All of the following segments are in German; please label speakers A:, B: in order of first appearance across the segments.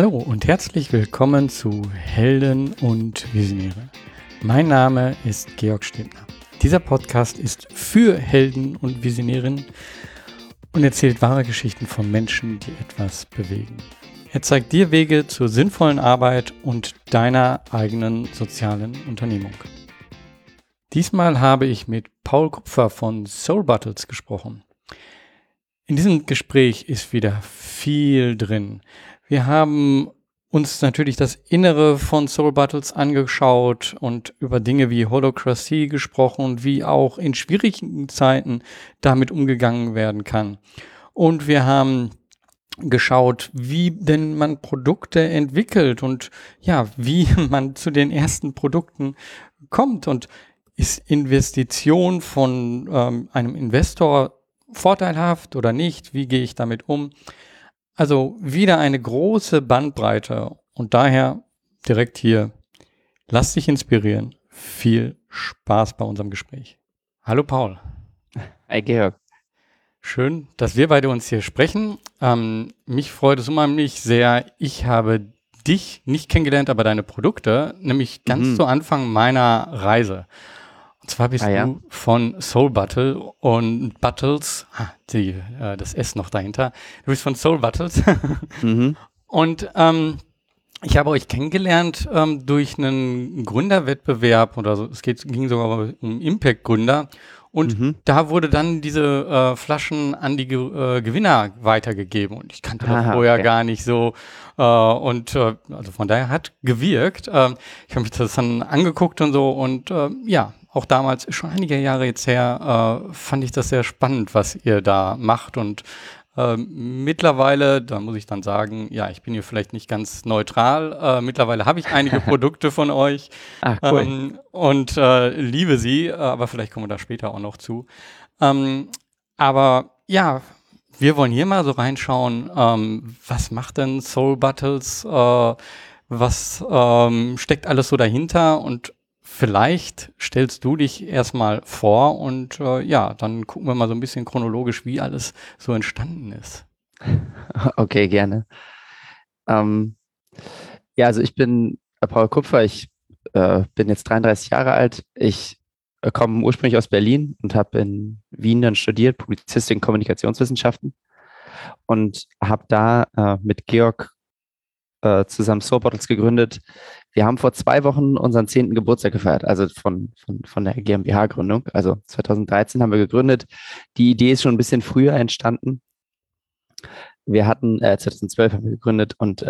A: Hallo und herzlich willkommen zu Helden und Visionäre. Mein Name ist Georg Stebner. Dieser Podcast ist für Helden und Visionärinnen und erzählt wahre Geschichten von Menschen, die etwas bewegen. Er zeigt dir Wege zur sinnvollen Arbeit und deiner eigenen sozialen Unternehmung. Diesmal habe ich mit Paul Kupfer von Soul Bottles gesprochen. In diesem Gespräch ist wieder viel drin. Wir haben uns natürlich das Innere von Soul Bottles angeschaut und über Dinge wie Holacracy gesprochen und wie auch in schwierigen Zeiten damit umgegangen werden kann. Und wir haben geschaut, wie denn man Produkte entwickelt und ja, wie man zu den ersten Produkten kommt. Und ist Investition von einem Investor vorteilhaft oder nicht? Wie gehe ich damit um? Also wieder eine große Bandbreite und daher direkt hier, lass dich inspirieren. Viel Spaß bei unserem Gespräch. Hallo Paul.
B: Hi Georg.
A: Schön, dass wir beide uns hier sprechen. Mich freut es unheimlich sehr. Ich habe dich nicht kennengelernt, aber deine Produkte, nämlich ganz zu Anfang meiner Reise. Und zwar bist du von Soul Bottle und Bottles, das S noch dahinter. Du bist von Soul Bottles. Und ich habe euch kennengelernt durch einen Gründerwettbewerb oder so. Ging sogar um Impact-Gründer. Und da wurde dann diese Flaschen an die Gewinner weitergegeben. Und ich kannte das vorher gar nicht so. Also von daher hat gewirkt. Ich habe mich das dann angeguckt und so. Und auch damals, schon einige Jahre jetzt her, fand ich das sehr spannend, was ihr da macht. Und mittlerweile, da muss ich dann sagen, ja, ich bin hier vielleicht nicht ganz neutral. Mittlerweile habe ich einige Produkte von euch und liebe sie, aber vielleicht kommen wir da später auch noch zu. Aber ja, wir wollen hier mal so reinschauen, was macht denn Soul Bottles, was steckt alles so dahinter und vielleicht stellst du dich erstmal vor und dann gucken wir mal so ein bisschen chronologisch, wie alles so entstanden ist.
B: Okay, gerne. Also ich bin Paul Kupfer, ich bin jetzt 33 Jahre alt. Ich komme ursprünglich aus Berlin und habe in Wien dann studiert, Publizistik und Kommunikationswissenschaften und habe da mit Georg zusammen Soul Bottles gegründet. Wir haben vor 2 Wochen unseren 10. Geburtstag gefeiert, also von der GmbH-Gründung. Also 2013 haben wir gegründet. Die Idee ist schon ein bisschen früher entstanden. Wir hatten 2012 haben wir gegründet und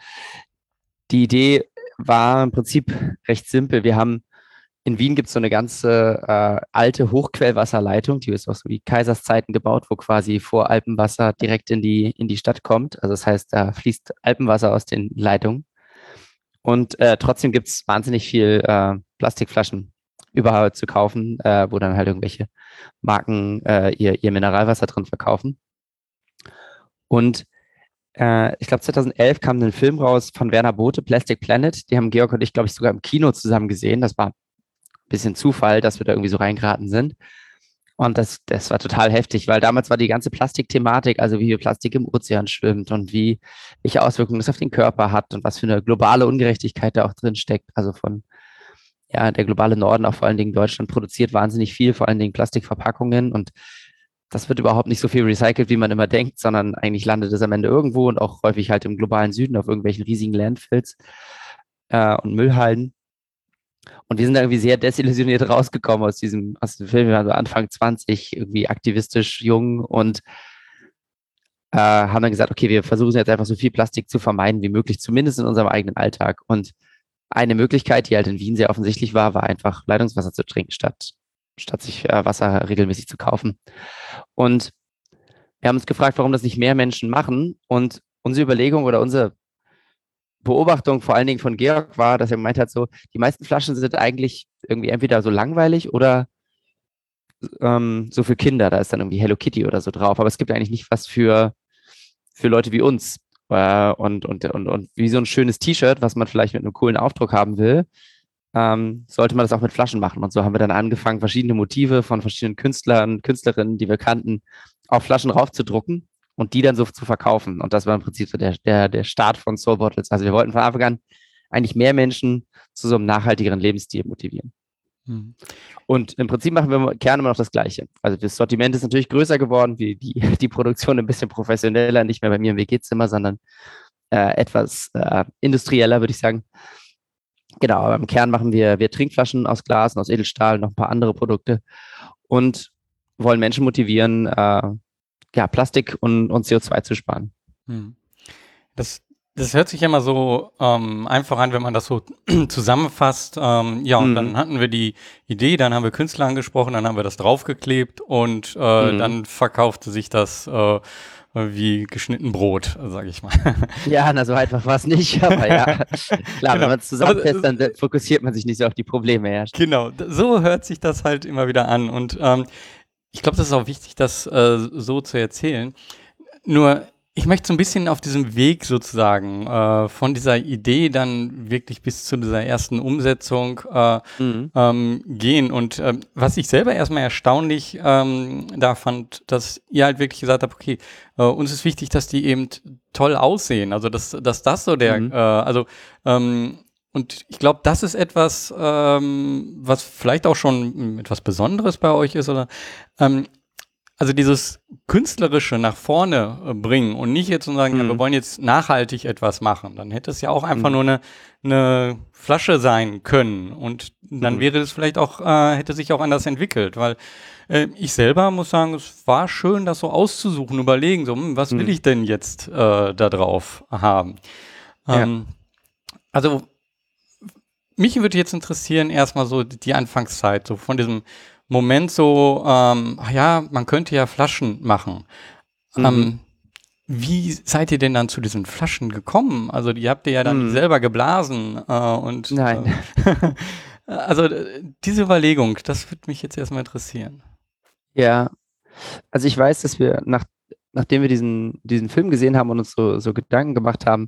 B: die Idee war im Prinzip recht simpel. In Wien gibt es so eine ganze alte Hochquellwasserleitung, die ist aus so wie Kaiserszeiten gebaut, wo quasi Voralpenwasser direkt in die Stadt kommt. Also das heißt, da fließt Alpenwasser aus den Leitungen. Und trotzdem gibt es wahnsinnig viel Plastikflaschen überall zu kaufen, wo dann halt irgendwelche Marken ihr Mineralwasser drin verkaufen. Und ich glaube 2011 kam ein Film raus von Werner Bothe, Plastic Planet. Die haben Georg und ich, glaube ich, sogar im Kino zusammen gesehen. Das war ein bisschen Zufall, dass wir da irgendwie so reingeraten sind. Und das war total heftig, weil damals war die ganze Plastikthematik, also wie viel Plastik im Ozean schwimmt und welche Auswirkungen das auf den Körper hat und was für eine globale Ungerechtigkeit da auch drin steckt. Also der globale Norden, auch vor allen Dingen Deutschland, produziert wahnsinnig viel, vor allen Dingen Plastikverpackungen und das wird überhaupt nicht so viel recycelt, wie man immer denkt, sondern eigentlich landet es am Ende irgendwo und auch häufig halt im globalen Süden auf irgendwelchen riesigen Landfills und Müllhalden. Und wir sind da irgendwie sehr desillusioniert rausgekommen aus diesem Film. Wir waren so Anfang 20, irgendwie aktivistisch jung und haben dann gesagt, okay, wir versuchen jetzt einfach so viel Plastik zu vermeiden wie möglich, zumindest in unserem eigenen Alltag. Und eine Möglichkeit, die halt in Wien sehr offensichtlich war einfach Leitungswasser zu trinken, statt sich Wasser regelmäßig zu kaufen. Und wir haben uns gefragt, warum das nicht mehr Menschen machen. Und unsere Überlegung oder unsere Beobachtung vor allen Dingen von Georg war, dass er gemeint hat, so, die meisten Flaschen sind eigentlich irgendwie entweder so langweilig oder so für Kinder. Da ist dann irgendwie Hello Kitty oder so drauf. Aber es gibt eigentlich nicht was für Leute wie uns. Und wie so ein schönes T-Shirt, was man vielleicht mit einem coolen Aufdruck haben will, sollte man das auch mit Flaschen machen. Und so haben wir dann angefangen, verschiedene Motive von verschiedenen Künstlern, Künstlerinnen, die wir kannten, auf Flaschen raufzudrucken und die dann so zu verkaufen. Und das war im Prinzip so der Start von Soul Bottles. Also wir wollten von Anfang an eigentlich mehr Menschen zu so einem nachhaltigeren Lebensstil motivieren.
A: Mhm.
B: Und im Prinzip machen wir im Kern immer noch das Gleiche. Also das Sortiment ist natürlich größer geworden, die Produktion ein bisschen professioneller, nicht mehr bei mir im WG-Zimmer, sondern etwas industrieller, würde ich sagen. Genau, aber im Kern machen wir Trinkflaschen aus Glas und aus Edelstahl, noch ein paar andere Produkte und wollen Menschen motivieren, Plastik und CO2 zu sparen.
A: Mhm. Das hört sich ja immer so einfach an, wenn man das so zusammenfasst. Und dann hatten wir die Idee, dann haben wir Künstler angesprochen, dann haben wir das draufgeklebt und dann verkaufte sich das wie geschnitten Brot, sage ich mal.
B: Ja, na so einfach war es nicht, aber ja, klar,
A: Genau.
B: wenn man es zusammenfasst, dann fokussiert man sich nicht so auf die Probleme. Ja.
A: Genau, so hört sich das halt immer wieder an. Und ich glaube, das ist auch wichtig, das so zu erzählen. Nur, ich möchte so ein bisschen auf diesem Weg sozusagen von dieser Idee dann wirklich bis zu dieser ersten Umsetzung gehen. Und was ich selber erstmal erstaunlich da fand, dass ihr halt wirklich gesagt habt, okay, uns ist wichtig, dass die eben toll aussehen. Also, dass das so und ich glaube, das ist etwas, was vielleicht auch schon etwas Besonderes bei euch ist, oder also dieses Künstlerische nach vorne bringen und nicht jetzt sagen, ja, wir wollen jetzt nachhaltig etwas machen. Dann hätte es ja auch einfach nur eine Flasche sein können und dann wäre es vielleicht auch, hätte sich auch anders entwickelt, weil ich selber muss sagen, es war schön, das so auszusuchen, überlegen, so, was will ich denn jetzt da drauf haben? Also mich würde jetzt interessieren, erstmal so die Anfangszeit, so von diesem Moment so, man könnte ja Flaschen machen. Wie seid ihr denn dann zu diesen Flaschen gekommen? Also die habt ihr ja dann nicht selber geblasen
B: Nein.
A: Also diese Überlegung, das würde mich jetzt erstmal interessieren.
B: Ja, also ich weiß, dass wir, nachdem wir diesen Film gesehen haben und uns so Gedanken gemacht haben,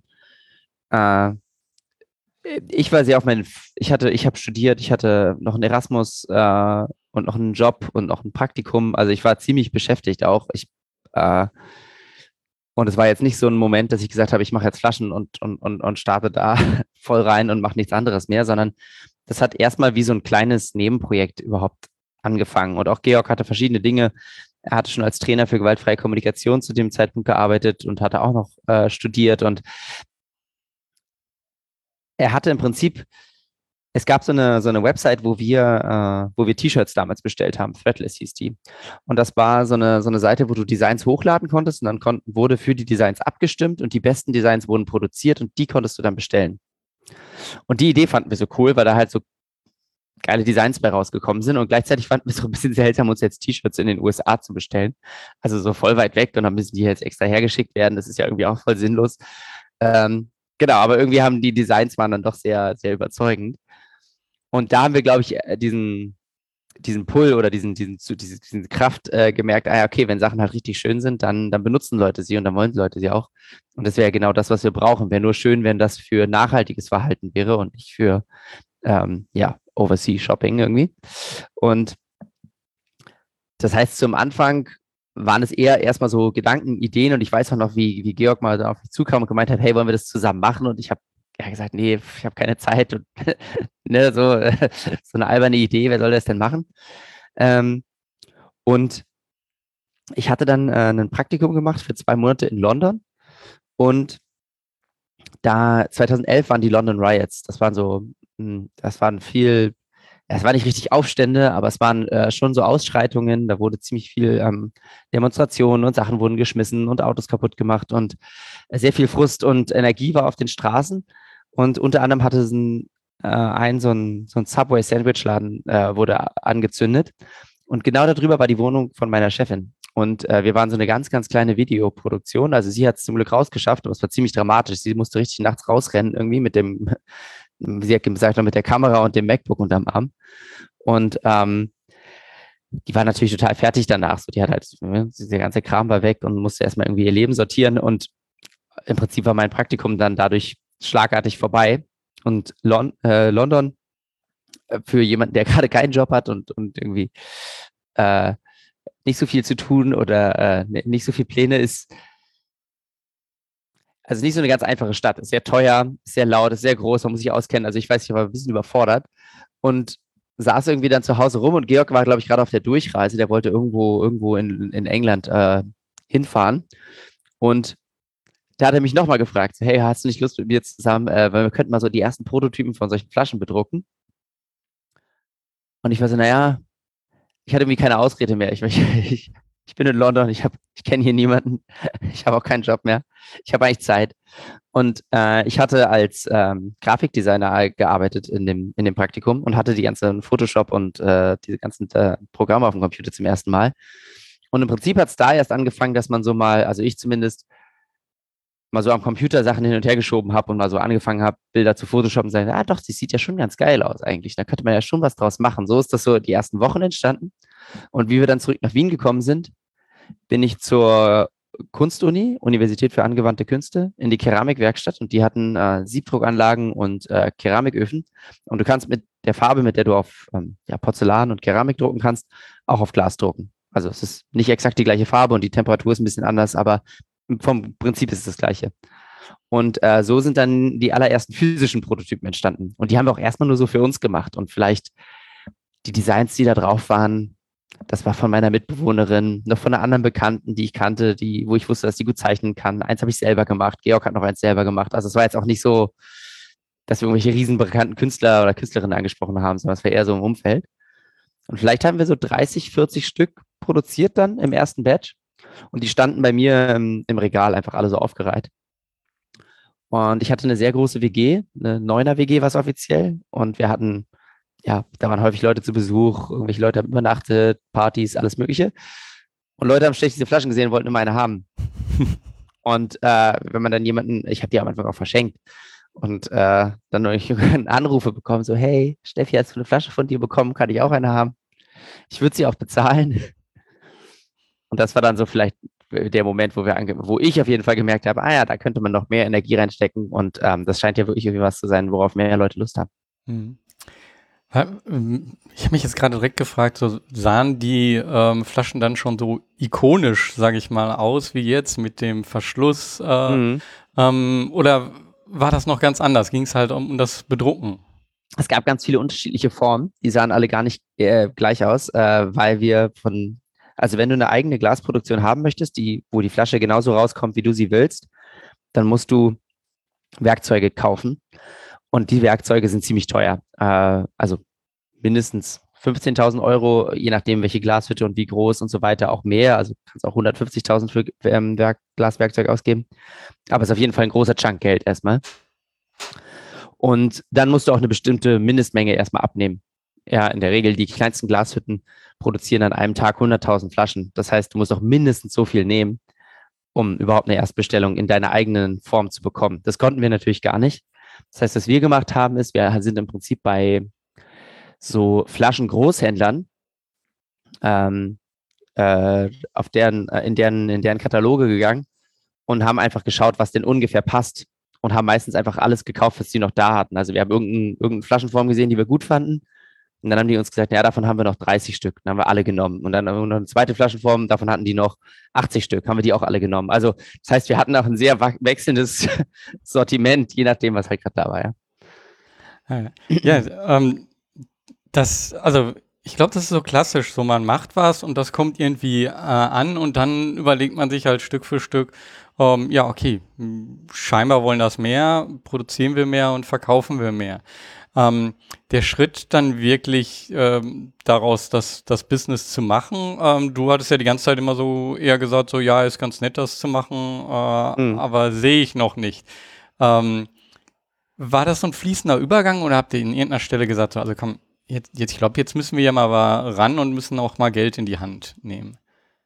B: ich war sehr ich habe studiert, ich hatte noch einen Erasmus und noch einen Job und noch ein Praktikum. Also ich war ziemlich beschäftigt auch. Und es war jetzt nicht so ein Moment, dass ich gesagt habe, ich mache jetzt Flaschen und starte da voll rein und mache nichts anderes mehr, sondern das hat erstmal wie so ein kleines Nebenprojekt überhaupt angefangen. Und auch Georg hatte verschiedene Dinge. Er hatte schon als Trainer für gewaltfreie Kommunikation zu dem Zeitpunkt gearbeitet und hatte auch noch studiert. Und er hatte im Prinzip, es gab so eine Website, wo wir T-Shirts damals bestellt haben. Threadless hieß die. Und das war so eine Seite, wo du Designs hochladen konntest und dann wurde für die Designs abgestimmt und die besten Designs wurden produziert und die konntest du dann bestellen. Und die Idee fanden wir so cool, weil da halt so geile Designs bei rausgekommen sind und gleichzeitig fanden wir es so ein bisschen seltsam, uns jetzt T-Shirts in den USA zu bestellen. Also so voll weit weg und dann müssen die jetzt extra hergeschickt werden. Das ist ja irgendwie auch voll sinnlos. Genau, aber irgendwie haben die Designs waren dann doch sehr, sehr überzeugend. Und da haben wir, glaube ich, diesen Pull oder diese Kraft gemerkt, okay, wenn Sachen halt richtig schön sind, dann benutzen Leute sie und dann wollen Leute sie auch. Und das wäre genau das, was wir brauchen. Wäre nur schön, wenn das für nachhaltiges Verhalten wäre und nicht für Oversea-Shopping irgendwie. Und das heißt, zum Anfang waren es eher erstmal so Gedanken, Ideen und ich weiß auch noch, wie Georg mal da auf mich zukam und gemeint hat, hey, wollen wir das zusammen machen? Und ich habe gesagt, nee, ich habe keine Zeit und ne, so eine alberne Idee, wer soll das denn machen? Und ich hatte dann ein Praktikum gemacht für 2 Monate in London und da 2011 waren die London Riots. Es war nicht richtig Aufstände, aber es waren schon so Ausschreitungen. Da wurde ziemlich viel Demonstrationen und Sachen wurden geschmissen und Autos kaputt gemacht und sehr viel Frust und Energie war auf den Straßen. Und unter anderem hatte es so ein Subway-Sandwich-Laden wurde angezündet. Und genau darüber war die Wohnung von meiner Chefin. Und wir waren so eine ganz, ganz kleine Videoproduktion. Also sie hat es zum Glück rausgeschafft, aber es war ziemlich dramatisch. Sie musste richtig nachts rausrennen irgendwie sie hat gesagt, mit der Kamera und dem MacBook unterm Arm. Und die war natürlich total fertig danach. So, die hat halt, der ganze Kram war weg und musste erstmal irgendwie ihr Leben sortieren. Und im Prinzip war mein Praktikum dann dadurch schlagartig vorbei. Und London für jemanden, der gerade keinen Job hat und irgendwie nicht so viel zu tun oder nicht so viel Pläne ist, Also nicht so eine ganz einfache Stadt. Ist sehr teuer, ist sehr laut, ist sehr groß, man muss sich auskennen. Also ich weiß, ich war ein bisschen überfordert und saß irgendwie dann zu Hause rum und Georg war, glaube ich, gerade auf der Durchreise. Der wollte irgendwo in England hinfahren. Und da hat er mich nochmal gefragt, so, hey, hast du nicht Lust mit mir zusammen, weil wir könnten mal so die ersten Prototypen von solchen Flaschen bedrucken. Und ich war so, naja, ich hatte irgendwie keine Ausrede mehr. Ich bin in London, ich kenne hier niemanden, ich habe auch keinen Job mehr. Ich habe eigentlich Zeit. Und ich hatte als Grafikdesigner gearbeitet in dem Praktikum und hatte die ganzen Photoshop und diese ganzen Programme auf dem Computer zum ersten Mal. Und im Prinzip hat es da erst angefangen, dass man so mal, also ich zumindest, mal so am Computer Sachen hin und her geschoben habe und mal so angefangen habe, Bilder zu Photoshoppen und sagen, ah doch, das sieht ja schon ganz geil aus eigentlich. Da könnte man ja schon was draus machen. So ist das so die ersten Wochen entstanden. Und wie wir dann zurück nach Wien gekommen sind, bin ich zur Kunstuni, Universität für angewandte Künste, in die Keramikwerkstatt und die hatten Siebdruckanlagen und Keramiköfen. Und du kannst mit der Farbe, mit der du auf Porzellan und Keramik drucken kannst, auch auf Glas drucken. Also es ist nicht exakt die gleiche Farbe und die Temperatur ist ein bisschen anders, aber vom Prinzip ist es das gleiche. Und so sind dann die allerersten physischen Prototypen entstanden. Und die haben wir auch erstmal nur so für uns gemacht. Und vielleicht die Designs, die da drauf waren, das war von meiner Mitbewohnerin, noch von einer anderen Bekannten, die ich kannte, wo ich wusste, dass die gut zeichnen kann. Eins habe ich selber gemacht. Georg hat noch eins selber gemacht. Also es war jetzt auch nicht so, dass wir irgendwelche riesen bekannten Künstler oder Künstlerinnen angesprochen haben, sondern es war eher so im Umfeld. Und vielleicht haben wir so 30, 40 Stück produziert dann im ersten Batch. Und die standen bei mir im Regal einfach alle so aufgereiht. Und ich hatte eine sehr große WG, eine Neuner-WG war es offiziell. Und wir hatten, ja, da waren häufig Leute zu Besuch, irgendwelche Leute haben übernachtet, Partys, alles Mögliche. Und Leute haben ständig diese Flaschen gesehen, wollten immer eine haben. Und wenn man dann jemanden, ich habe die am Anfang auch verschenkt und dann Anrufe bekommen, so, hey, Steffi, hast du eine Flasche von dir bekommen, kann ich auch eine haben? Ich würde sie auch bezahlen. Und das war dann so vielleicht der Moment, wo ich auf jeden Fall gemerkt habe, da könnte man noch mehr Energie reinstecken und das scheint ja wirklich irgendwie was zu sein, worauf mehr Leute Lust haben.
A: Mhm. Ich habe mich jetzt gerade direkt gefragt, so sahen die Flaschen dann schon so ikonisch, sage ich mal, aus wie jetzt mit dem Verschluss oder war das noch ganz anders? Ging es halt um das Bedrucken?
B: Es gab ganz viele unterschiedliche Formen, die sahen alle gar nicht gleich aus, weil also wenn du eine eigene Glasproduktion haben möchtest, wo die Flasche genauso rauskommt, wie du sie willst, dann musst du Werkzeuge kaufen. Und die Werkzeuge sind ziemlich teuer. Also mindestens 15.000 Euro, je nachdem, welche Glashütte und wie groß und so weiter, auch mehr. Also du kannst auch 150.000 für Glaswerkzeug ausgeben. Aber es ist auf jeden Fall ein großer Chunk Geld erstmal. Und dann musst du auch eine bestimmte Mindestmenge erstmal abnehmen. Ja, in der Regel, die kleinsten Glashütten produzieren an einem Tag 100.000 Flaschen. Das heißt, du musst auch mindestens so viel nehmen, um überhaupt eine Erstbestellung in deiner eigenen Form zu bekommen. Das konnten wir natürlich gar nicht. Das heißt, was wir gemacht haben, ist, wir sind im Prinzip bei so Flaschengroßhändlern in deren Kataloge gegangen und haben einfach geschaut, was denn ungefähr passt und haben meistens einfach alles gekauft, was die noch da hatten. Also wir haben irgendeine Flaschenform gesehen, die wir gut fanden. Und dann haben die uns gesagt, ja, davon haben wir noch 30 Stück. Dann haben wir alle genommen. Und dann haben wir noch eine zweite Flaschenform, davon hatten die noch 80 Stück, haben wir die auch alle genommen. Also das heißt, wir hatten auch ein sehr wechselndes Sortiment, je nachdem, was halt gerade da war, ja.
A: Ja, also ich glaube, das ist so klassisch, so man macht was und das kommt irgendwie an und dann überlegt man sich halt Stück für Stück, ja, okay, scheinbar wollen das mehr, produzieren wir mehr und verkaufen wir mehr. Der Schritt dann wirklich daraus das Business zu machen, du hattest ja die ganze Zeit immer so eher gesagt, so ja, ist ganz nett, das zu machen, aber sehe ich noch nicht. War das so ein fließender Übergang oder habt ihr in irgendeiner Stelle gesagt, so, also komm, ich glaube, jetzt müssen wir ja mal ran und müssen auch mal Geld in die Hand nehmen?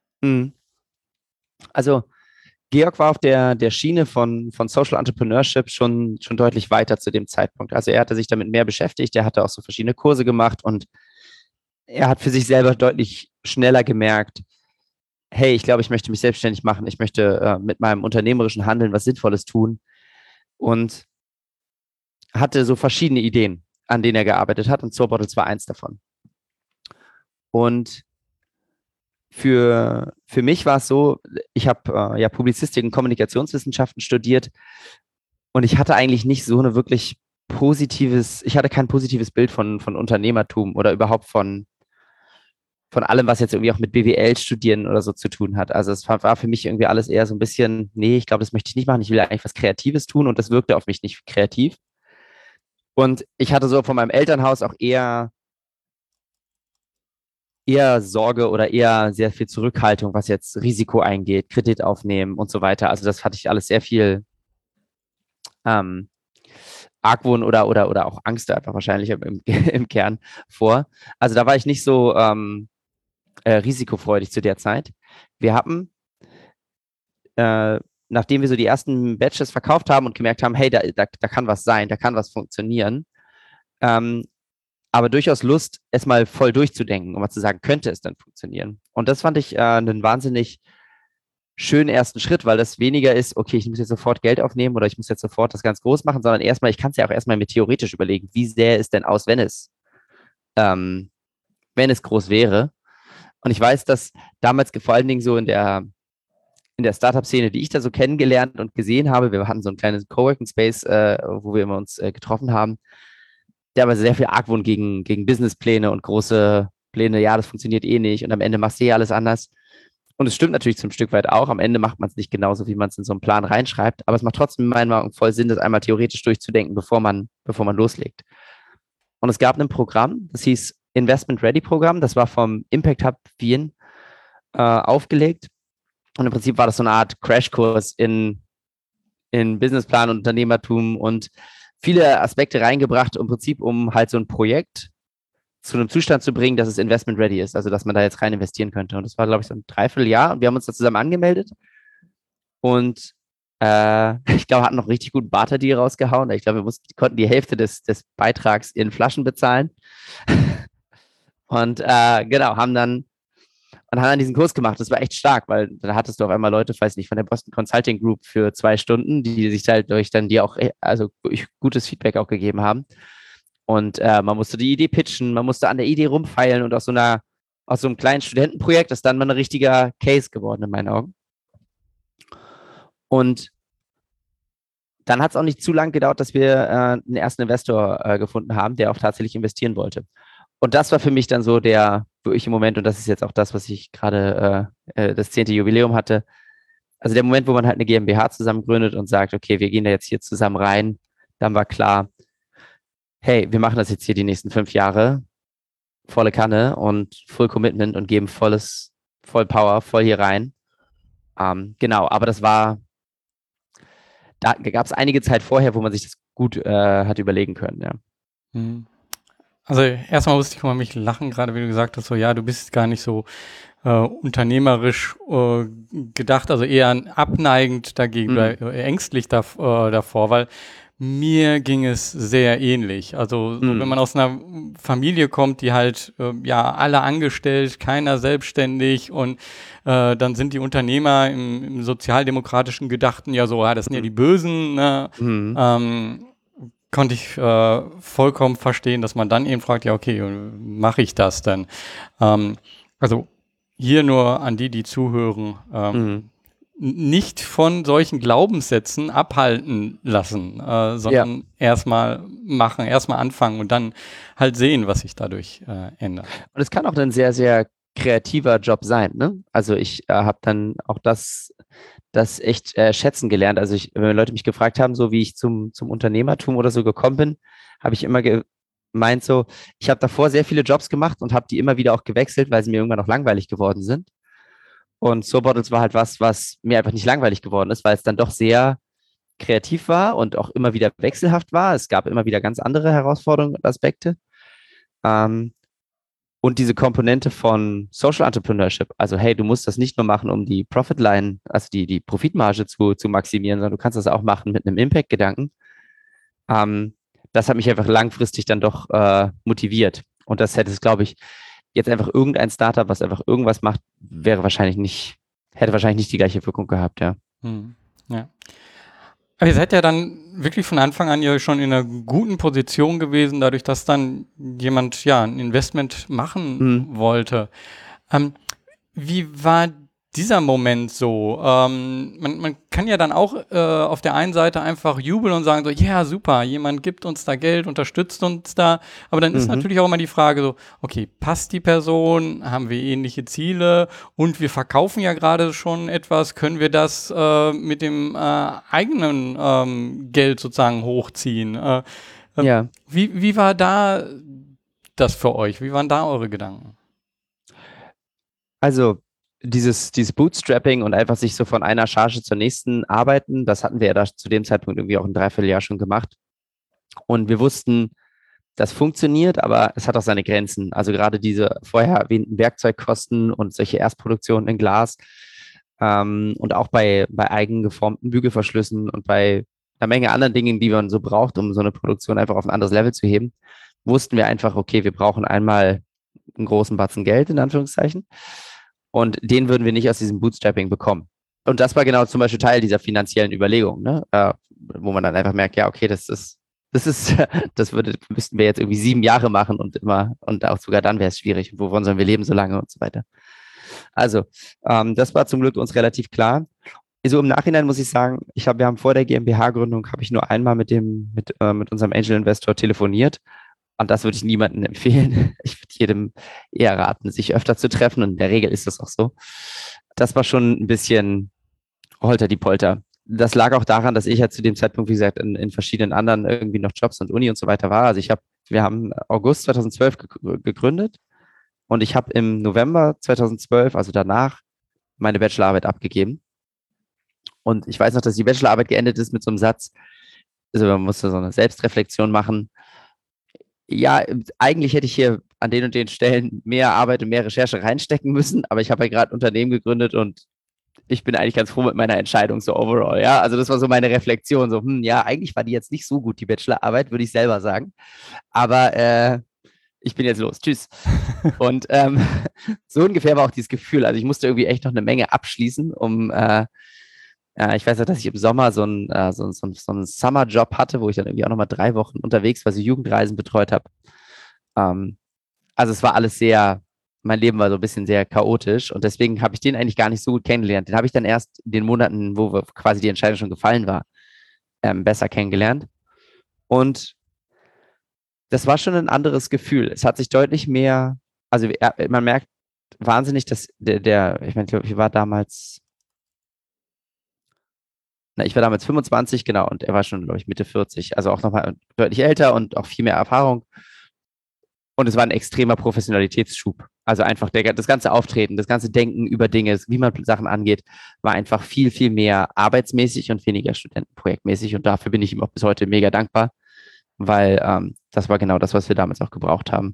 B: Also Georg war auf der Schiene von Social Entrepreneurship schon deutlich weiter zu dem Zeitpunkt. Also er hatte sich damit mehr beschäftigt, er hatte auch so verschiedene Kurse gemacht und er hat für sich selber deutlich schneller gemerkt, hey, ich glaube, ich möchte mich selbstständig machen, ich möchte mit meinem unternehmerischen Handeln was Sinnvolles tun und hatte so verschiedene Ideen, an denen er gearbeitet hat und Soul Bottles war eins davon. Und für mich war es so, ich habe ja Publizistik und Kommunikationswissenschaften studiert und ich hatte eigentlich nicht so eine wirklich ich hatte kein positives Bild von Unternehmertum oder überhaupt von allem, was jetzt irgendwie auch mit BWL studieren oder so zu tun hat. Also es war für mich irgendwie alles eher so ein bisschen, nee, ich glaube, das möchte ich nicht machen. Ich will eigentlich was Kreatives tun und das wirkte auf mich nicht kreativ. Und ich hatte so von meinem Elternhaus auch eher Sorge oder eher sehr viel Zurückhaltung, was jetzt Risiko eingeht, Kredit aufnehmen und so weiter. Also das hatte ich alles sehr viel ähm, Argwohn oder auch Angst einfach wahrscheinlich im Kern vor. Also da war ich nicht so risikofreudig zu der Zeit. Wir hatten, nachdem wir so die ersten Batches verkauft haben und gemerkt haben, hey, da kann was sein, da kann was funktionieren, ähm, aber durchaus Lust, es mal voll durchzudenken, um mal zu sagen, könnte es dann funktionieren? Und das fand ich einen wahnsinnig schönen ersten Schritt, weil das weniger ist, okay, ich muss jetzt sofort Geld aufnehmen oder ich muss jetzt sofort das ganz groß machen, sondern erstmal, ich kann es ja auch erstmal mir theoretisch überlegen, wie sähe es denn aus, ähm, wenn es groß wäre. Und ich weiß, dass damals vor allen Dingen so in der Startup-Szene, die ich da so kennengelernt und gesehen habe, wir hatten so einen kleinen Coworking Space, wo wir immer uns getroffen haben, der aber sehr viel Argwohn gegen Businesspläne und große Pläne, ja, das funktioniert eh nicht und am Ende machst du eh alles anders. Und es stimmt natürlich zum Stück weit auch. Am Ende macht man es nicht genauso, wie man es in so einen Plan reinschreibt, aber es macht trotzdem in meinen Augen voll Sinn, das einmal theoretisch durchzudenken, bevor man loslegt. Und es gab ein Programm, das hieß Investment Ready Programm, das war vom Impact Hub Wien aufgelegt. Und im Prinzip war das so eine Art Crashkurs in Businessplan und Unternehmertum und viele Aspekte reingebracht, im Prinzip, um halt so ein Projekt zu einem Zustand zu bringen, dass es investment ready ist, also dass man da jetzt rein investieren könnte. Und das war, glaube ich, so ein Dreivierteljahr und wir haben uns da zusammen angemeldet und ich glaube, hatten noch einen richtig guten Barter-Deal rausgehauen. Ich glaube, konnten die Hälfte des Beitrags in Flaschen bezahlen und genau, haben dann diesen Kurs gemacht. Das war echt stark, weil da hattest du auf einmal Leute, weiß nicht, von der Boston Consulting Group für 2 Stunden, die sich halt durch dann dir auch, also gutes Feedback auch gegeben haben. Und man musste die Idee pitchen, man musste an der Idee rumfeilen und aus so einem kleinen Studentenprojekt ist dann mal ein richtiger Case geworden in meinen Augen. Und dann hat es auch nicht zu lange gedauert, dass wir einen ersten Investor gefunden haben, der auch tatsächlich investieren wollte. Und das war für mich dann so wo ich im Moment, und das ist jetzt auch das, was ich gerade das 10. Jubiläum hatte, also der Moment, wo man halt eine GmbH zusammen gründet und sagt, okay, wir gehen da jetzt hier zusammen rein, dann war klar, hey, wir machen das jetzt hier die nächsten 5 Jahre, volle Kanne und Full Commitment und geben voll Power, voll hier rein. Genau, aber da gab es einige Zeit vorher, wo man sich das gut hat überlegen können, ja.
A: Mhm. Also erstmal musste ich über mich lachen, gerade wie du gesagt hast, so ja, du bist gar nicht so unternehmerisch gedacht, also eher abneigend dagegen, ängstlich davor, weil mir ging es sehr ähnlich. Also so, wenn man aus einer Familie kommt, die halt ja alle angestellt, keiner selbstständig und dann sind die Unternehmer im sozialdemokratischen Gedachten ja so, ja, das sind ja die Bösen, ne? Konnte ich vollkommen verstehen, dass man dann eben fragt, ja okay, mache ich das denn? Also hier nur an die zuhören, nicht von solchen Glaubenssätzen abhalten lassen, sondern erstmal machen, erstmal anfangen und dann halt sehen, was sich dadurch ändert.
B: Und es kann auch ein sehr, sehr kreativer Job sein, ne? Also ich habe dann auch das echt schätzen gelernt. Also wenn Leute mich gefragt haben, so wie ich zum Unternehmertum oder so gekommen bin, habe ich immer gemeint so, ich habe davor sehr viele Jobs gemacht und habe die immer wieder auch gewechselt, weil sie mir irgendwann auch langweilig geworden sind. Und Soul Bottles war halt was mir einfach nicht langweilig geworden ist, weil es dann doch sehr kreativ war und auch immer wieder wechselhaft war. Es gab immer wieder ganz andere Herausforderungen und Aspekte. Und diese Komponente von Social Entrepreneurship, also hey, du musst das nicht nur machen, um die Profitline, also die Profitmarge zu maximieren, sondern du kannst das auch machen mit einem Impact-Gedanken. Das hat mich einfach langfristig dann doch motiviert. Und das hätte es, glaube ich, jetzt einfach irgendein Startup, was einfach irgendwas macht, hätte wahrscheinlich nicht die gleiche Wirkung gehabt, ja.
A: Ja. Aber ihr seid ja dann wirklich von Anfang an ja schon in einer guten Position gewesen, dadurch, dass dann jemand ja ein Investment machen wollte. Wie war dieser Moment so? Man kann ja dann auch auf der einen Seite einfach jubeln und sagen so, ja, super, jemand gibt uns da Geld, unterstützt uns da. Aber dann ist natürlich auch immer die Frage so, okay, passt die Person? Haben wir ähnliche Ziele? Und wir verkaufen ja gerade schon etwas. Können wir das mit dem eigenen Geld sozusagen hochziehen?
B: Ja,
A: Wie war da das für euch? Wie waren da eure Gedanken?
B: also dieses Bootstrapping und einfach sich so von einer Charge zur nächsten arbeiten, das hatten wir ja da zu dem Zeitpunkt irgendwie auch ein Dreivierteljahr schon gemacht. Und wir wussten, das funktioniert, aber es hat auch seine Grenzen. Also gerade diese vorher erwähnten Werkzeugkosten und solche Erstproduktionen in Glas und auch bei eigen geformten Bügelverschlüssen und bei einer Menge anderen Dingen, die man so braucht, um so eine Produktion einfach auf ein anderes Level zu heben, wussten wir einfach, okay, wir brauchen einmal einen großen Batzen Geld, in Anführungszeichen, und den würden wir nicht aus diesem Bootstrapping bekommen. Und das war genau zum Beispiel Teil dieser finanziellen Überlegung, ne? Wo man dann einfach merkt, ja, okay, das ist, müssten wir jetzt irgendwie 7 Jahre machen und immer, und auch sogar dann wäre es schwierig. Und wovon sollen wir leben so lange und so weiter. Also, das war zum Glück uns relativ klar. So im Nachhinein muss ich sagen, wir haben vor der GmbH-Gründung, habe ich nur einmal mit unserem Angel-Investor telefoniert. Und das würde ich niemandem empfehlen. Ich würde jedem eher raten, sich öfter zu treffen. Und in der Regel ist das auch so. Das war schon ein bisschen holter die Polter. Das lag auch daran, dass ich ja zu dem Zeitpunkt, wie gesagt, in verschiedenen anderen irgendwie noch Jobs und Uni und so weiter war. Also wir haben August 2012 gegründet und ich habe im November 2012, also danach, meine Bachelorarbeit abgegeben. Und ich weiß noch, dass die Bachelorarbeit geendet ist mit so einem Satz, also man musste so eine Selbstreflexion machen. Ja, eigentlich hätte ich hier an den und den Stellen mehr Arbeit und mehr Recherche reinstecken müssen, aber ich habe ja gerade ein Unternehmen gegründet und ich bin eigentlich ganz froh mit meiner Entscheidung so overall, ja. Also das war so meine Reflexion, so, ja, eigentlich war die jetzt nicht so gut, die Bachelorarbeit, würde ich selber sagen. Aber ich bin jetzt los. Tschüss. Und so ungefähr war auch dieses Gefühl. Also ich musste irgendwie echt noch eine Menge abschließen, ich weiß ja, dass ich im Sommer so einen Summer-Job hatte, wo ich dann irgendwie auch nochmal 3 Wochen unterwegs war, so Jugendreisen betreut habe. Ähm, also es war alles mein Leben war so ein bisschen sehr chaotisch und deswegen habe ich den eigentlich gar nicht so gut kennengelernt. Den habe ich dann erst in den Monaten, wo quasi die Entscheidung schon gefallen war, besser kennengelernt. Und das war schon ein anderes Gefühl. Es hat sich deutlich mehr, also man merkt wahnsinnig, dass ich meine, ich war damals, ich war damals 25, genau, und er war schon, glaube ich, Mitte 40, also auch nochmal deutlich älter und auch viel mehr Erfahrung. Und es war ein extremer Professionalitätsschub. Also einfach das ganze Auftreten, das ganze Denken über Dinge, wie man Sachen angeht, war einfach viel, viel mehr arbeitsmäßig und weniger studentenprojektmäßig. Und dafür bin ich ihm auch bis heute mega dankbar, weil das war genau das, was wir damals auch gebraucht haben.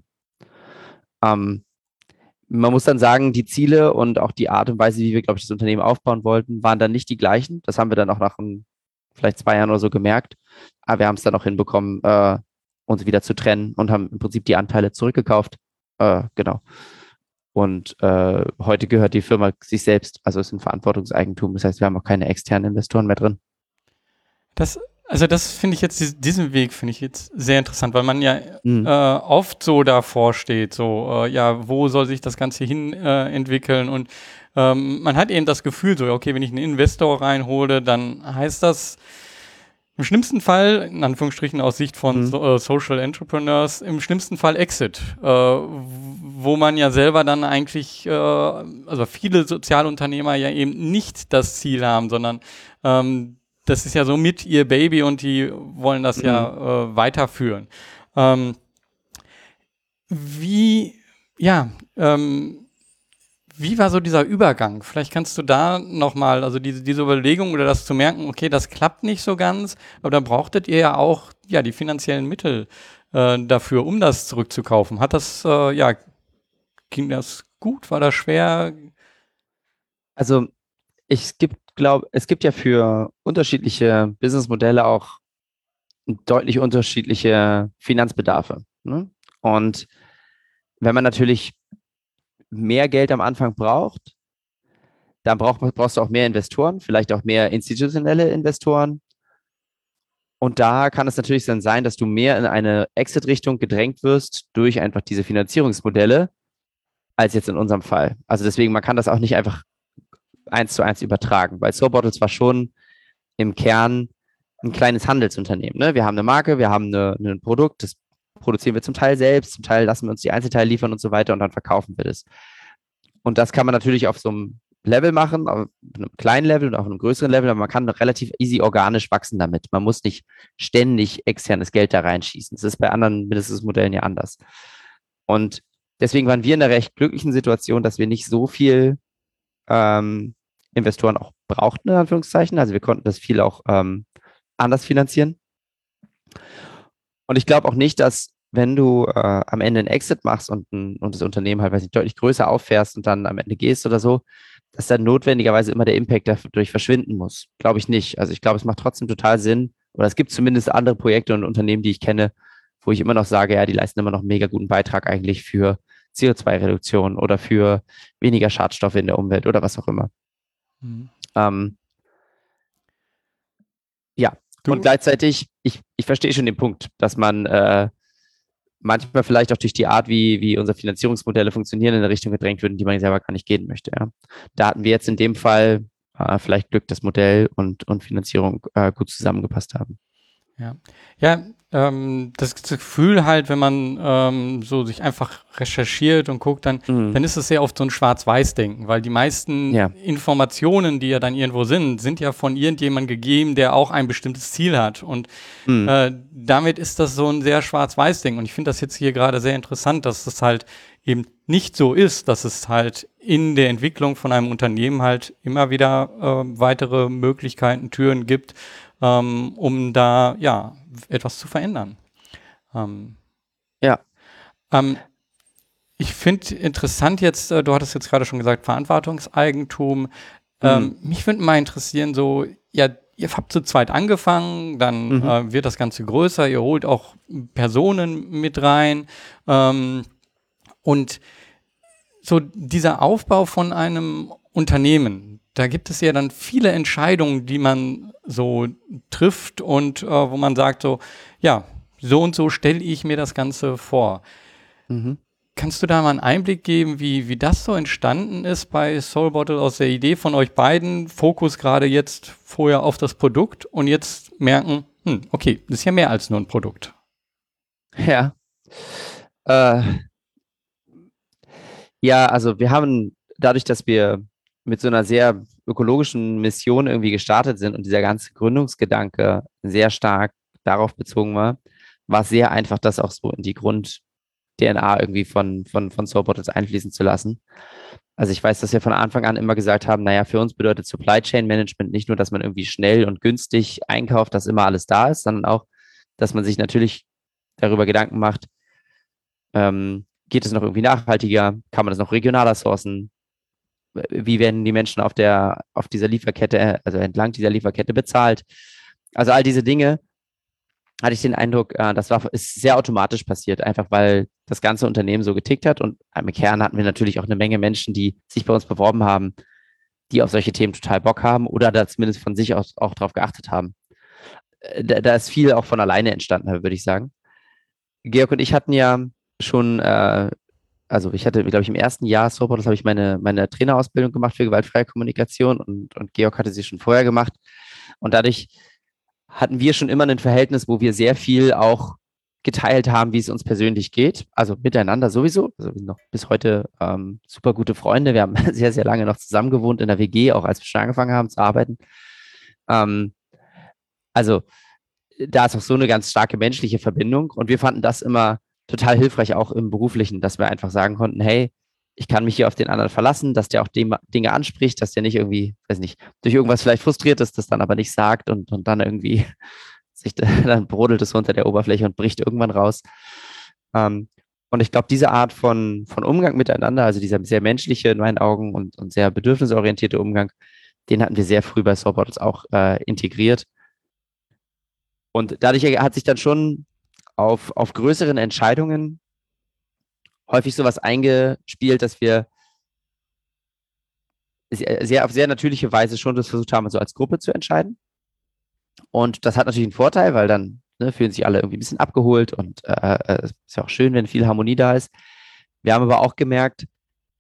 B: Man muss dann sagen, die Ziele und auch die Art und Weise, wie wir, glaube ich, das Unternehmen aufbauen wollten, waren dann nicht die gleichen. Das haben wir dann auch nach vielleicht 2 Jahren oder so gemerkt. Aber wir haben es dann auch hinbekommen, uns wieder zu trennen und haben im Prinzip die Anteile zurückgekauft. Genau. Und heute gehört die Firma sich selbst, also ist ein Verantwortungseigentum. Das heißt, wir haben auch keine externen Investoren mehr drin.
A: Das finde ich jetzt, diesen Weg finde ich jetzt sehr interessant, weil man ja
B: Mhm.
A: oft so davor steht, so, ja, wo soll sich das Ganze hin entwickeln und man hat eben das Gefühl, so, okay, wenn ich einen Investor reinhole, dann heißt das im schlimmsten Fall, in Anführungsstrichen aus Sicht von Social Entrepreneurs, im schlimmsten Fall Exit, wo man ja selber dann eigentlich, also viele Sozialunternehmer ja eben nicht das Ziel haben, sondern das ist ja so mit ihr Baby und die wollen das ja weiterführen. Wie, ja, wie war so dieser Übergang? Vielleicht kannst du da nochmal, also diese Überlegung oder das zu merken, okay, das klappt nicht so ganz, aber dann brauchtet ihr ja auch die finanziellen Mittel dafür, um das zurückzukaufen. Ging das gut? War das schwer?
B: Also es gibt ja für unterschiedliche Businessmodelle auch deutlich unterschiedliche Finanzbedarfe. Ne? Und wenn man natürlich mehr Geld am Anfang braucht, dann brauchst du auch mehr Investoren, vielleicht auch mehr institutionelle Investoren. Und da kann es natürlich dann sein, dass du mehr in eine Exit-Richtung gedrängt wirst durch einfach diese Finanzierungsmodelle, als jetzt in unserem Fall. Also deswegen, man kann das auch nicht einfach 1:1 übertragen, weil Soul Bottle zwar schon im Kern ein kleines Handelsunternehmen. Ne? Wir haben eine Marke, wir haben ein Produkt, das produzieren wir zum Teil selbst, zum Teil lassen wir uns die Einzelteile liefern und so weiter und dann verkaufen wir das. Und das kann man natürlich auf so einem Level machen, auf einem kleinen Level und auf einem größeren Level, aber man kann relativ easy organisch wachsen damit. Man muss nicht ständig externes Geld da reinschießen. Das ist bei anderen Business-Modellen ja anders. Und deswegen waren wir in einer recht glücklichen Situation, dass wir nicht so viel Investoren auch brauchten, in Anführungszeichen. Also wir konnten das viel auch anders finanzieren. Und ich glaube auch nicht, dass wenn du am Ende einen Exit machst und das Unternehmen halt, weiß nicht, deutlich größer auffährst und dann am Ende gehst oder so, dass dann notwendigerweise immer der Impact dadurch verschwinden muss. Glaube ich nicht. Also ich glaube, es macht trotzdem total Sinn, oder es gibt zumindest andere Projekte und Unternehmen, die ich kenne, wo ich immer noch sage, ja, die leisten immer noch einen mega guten Beitrag eigentlich für CO2-Reduktion oder für weniger Schadstoffe in der Umwelt oder was auch immer.
A: Mhm.
B: Ja, und gleichzeitig, ich verstehe schon den Punkt, dass man manchmal vielleicht auch durch die Art, wie unsere Finanzierungsmodelle funktionieren, in eine Richtung gedrängt wird, in die man selber gar nicht gehen möchte. Ja. Da hatten wir jetzt in dem Fall vielleicht Glück, dass Modell und Finanzierung gut zusammengepasst haben.
A: Ja, ja, das Gefühl halt, wenn man so sich einfach recherchiert und guckt, dann ist es sehr oft so ein Schwarz-Weiß-Denken, weil die meisten Informationen, die ja dann irgendwo sind ja von irgendjemandem gegeben, der auch ein bestimmtes Ziel hat. Und damit ist das so ein sehr Schwarz-Weiß-Denken. Und ich finde das jetzt hier gerade sehr interessant, dass es halt eben nicht so ist, dass es halt in der Entwicklung von einem Unternehmen halt immer wieder weitere Möglichkeiten, Türen gibt, um da ja etwas zu verändern. Ich finde interessant jetzt, du hattest jetzt gerade schon gesagt, Verantwortungseigentum. Mich würde mal interessieren, so, ja, ihr habt zu zweit angefangen, dann wird das Ganze größer, ihr holt auch Personen mit rein. Und so dieser Aufbau von einem Unternehmen, da gibt es ja dann viele Entscheidungen, die man so trifft und wo man sagt so, ja, so und so stelle ich mir das Ganze vor. Kannst du da mal einen Einblick geben, wie das so entstanden ist bei Soul Bottle aus der Idee von euch beiden, Fokus gerade jetzt vorher auf das Produkt und jetzt merken, okay, das ist ja mehr als nur ein Produkt.
B: Ja. Ja, also wir haben dadurch, dass wir mit so einer sehr ökologischen Mission irgendwie gestartet sind und dieser ganze Gründungsgedanke sehr stark darauf bezogen war es sehr einfach, das auch so in die Grund-DNA irgendwie von Soul Bottles einfließen zu lassen. Also ich weiß, dass wir von Anfang an immer gesagt haben, naja, für uns bedeutet Supply Chain Management nicht nur, dass man irgendwie schnell und günstig einkauft, dass immer alles da ist, sondern auch, dass man sich natürlich darüber Gedanken macht, geht es noch irgendwie nachhaltiger? Kann man das noch regionaler sourcen? Wie werden die Menschen auf dieser Lieferkette, also entlang dieser Lieferkette bezahlt? Also all diese Dinge hatte ich den Eindruck, ist sehr automatisch passiert, einfach weil das ganze Unternehmen so getickt hat und im Kern hatten wir natürlich auch eine Menge Menschen, die sich bei uns beworben haben, die auf solche Themen total Bock haben oder da zumindest von sich aus auch drauf geachtet haben. Da ist viel auch von alleine entstanden, würde ich sagen. Georg und ich hatten ja schon, also ich hatte, glaube ich, im ersten Jahr Soul Bottles habe ich meine Trainerausbildung gemacht für gewaltfreie Kommunikation und Georg hatte sie schon vorher gemacht. Und dadurch hatten wir schon immer ein Verhältnis, wo wir sehr viel auch geteilt haben, wie es uns persönlich geht. Also miteinander sowieso. Also wir sind noch bis heute super gute Freunde. Wir haben sehr, sehr lange noch zusammen gewohnt in der WG, auch als wir schon angefangen haben zu arbeiten. Also da ist auch so eine ganz starke menschliche Verbindung. Und wir fanden das immer total hilfreich, auch im Beruflichen, dass wir einfach sagen konnten, hey, ich kann mich hier auf den anderen verlassen, dass der auch Dinge anspricht, dass der nicht irgendwie, weiß nicht, durch irgendwas vielleicht frustriert ist, das dann aber nicht sagt und dann irgendwie dann brodelt es unter der Oberfläche und bricht irgendwann raus. Und ich glaube, diese Art von Umgang miteinander, also dieser sehr menschliche in meinen Augen und sehr bedürfnisorientierte Umgang, den hatten wir sehr früh bei Soul Bottles auch integriert. Und dadurch hat sich dann schon auf größeren Entscheidungen häufig sowas eingespielt, dass wir auf sehr natürliche Weise schon das versucht haben, so als Gruppe zu entscheiden. Und das hat natürlich einen Vorteil, weil dann fühlen sich alle irgendwie ein bisschen abgeholt und es ist ja auch schön, wenn viel Harmonie da ist. Wir haben aber auch gemerkt,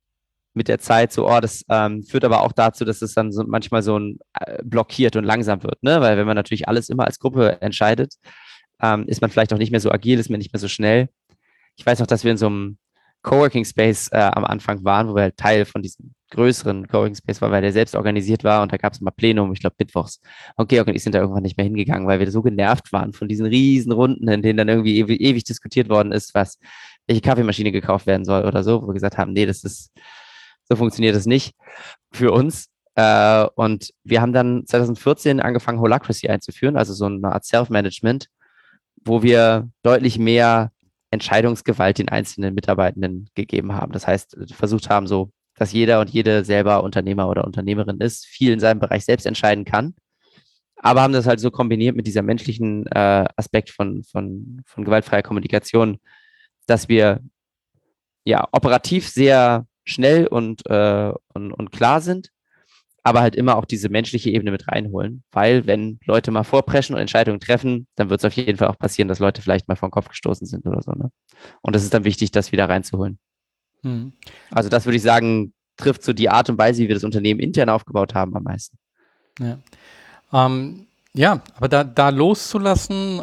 B: mit der Zeit so, das führt aber auch dazu, dass es dann so, manchmal so ein blockiert und langsam wird, ne? Weil wenn man natürlich alles immer als Gruppe entscheidet, ist man vielleicht auch nicht mehr so agil, ist man nicht mehr so schnell. Ich weiß noch, dass wir in so einem Coworking Space am Anfang waren, wo wir halt Teil von diesem größeren Coworking Space waren, weil der selbst organisiert war und da gab es mal Plenum, ich glaube mittwochs. Und Georg und ich sind da irgendwann nicht mehr hingegangen, weil wir so genervt waren von diesen riesen Runden, in denen dann irgendwie ewig diskutiert worden ist, welche Kaffeemaschine gekauft werden soll oder so, wo wir gesagt haben, nee, so funktioniert das nicht für uns. Und wir haben dann 2014 angefangen, Holacracy einzuführen, also so eine Art Self-Management, wo wir deutlich mehr Entscheidungsgewalt den einzelnen Mitarbeitenden gegeben haben. Das heißt, versucht haben, so, dass jeder und jede selber Unternehmer oder Unternehmerin ist, viel in seinem Bereich selbst entscheiden kann, aber haben das halt so kombiniert mit dieser menschlichen Aspekt von gewaltfreier Kommunikation, dass wir ja operativ sehr schnell und klar sind, aber halt immer auch diese menschliche Ebene mit reinholen, weil wenn Leute mal vorpreschen und Entscheidungen treffen, dann wird es auf jeden Fall auch passieren, dass Leute vielleicht mal vor den Kopf gestoßen sind oder so. Ne? Und das ist dann wichtig, das wieder reinzuholen. Also das würde ich sagen, trifft so die Art und Weise, wie wir das Unternehmen intern aufgebaut haben, am meisten.
A: Ja, ja, aber da loszulassen,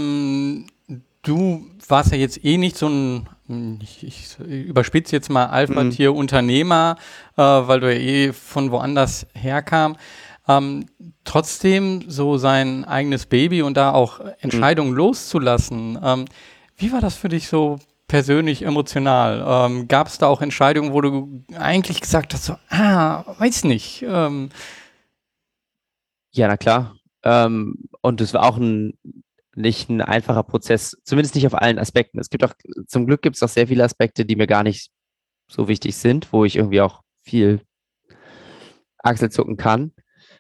A: du warst ja jetzt eh nicht so ein, ich überspitze jetzt mal Alpha-Tier-Unternehmer, weil du ja eh von woanders herkam. Trotzdem so sein eigenes Baby und da auch Entscheidungen loszulassen. Wie war das für dich so persönlich, emotional? Gab es da auch Entscheidungen, wo du eigentlich gesagt hast, so, weiß nicht.
B: Ja, na klar. Und es war auch nicht ein einfacher Prozess, zumindest nicht auf allen Aspekten. Zum Glück gibt es auch sehr viele Aspekte, die mir gar nicht so wichtig sind, wo ich irgendwie auch viel Achselzucken kann.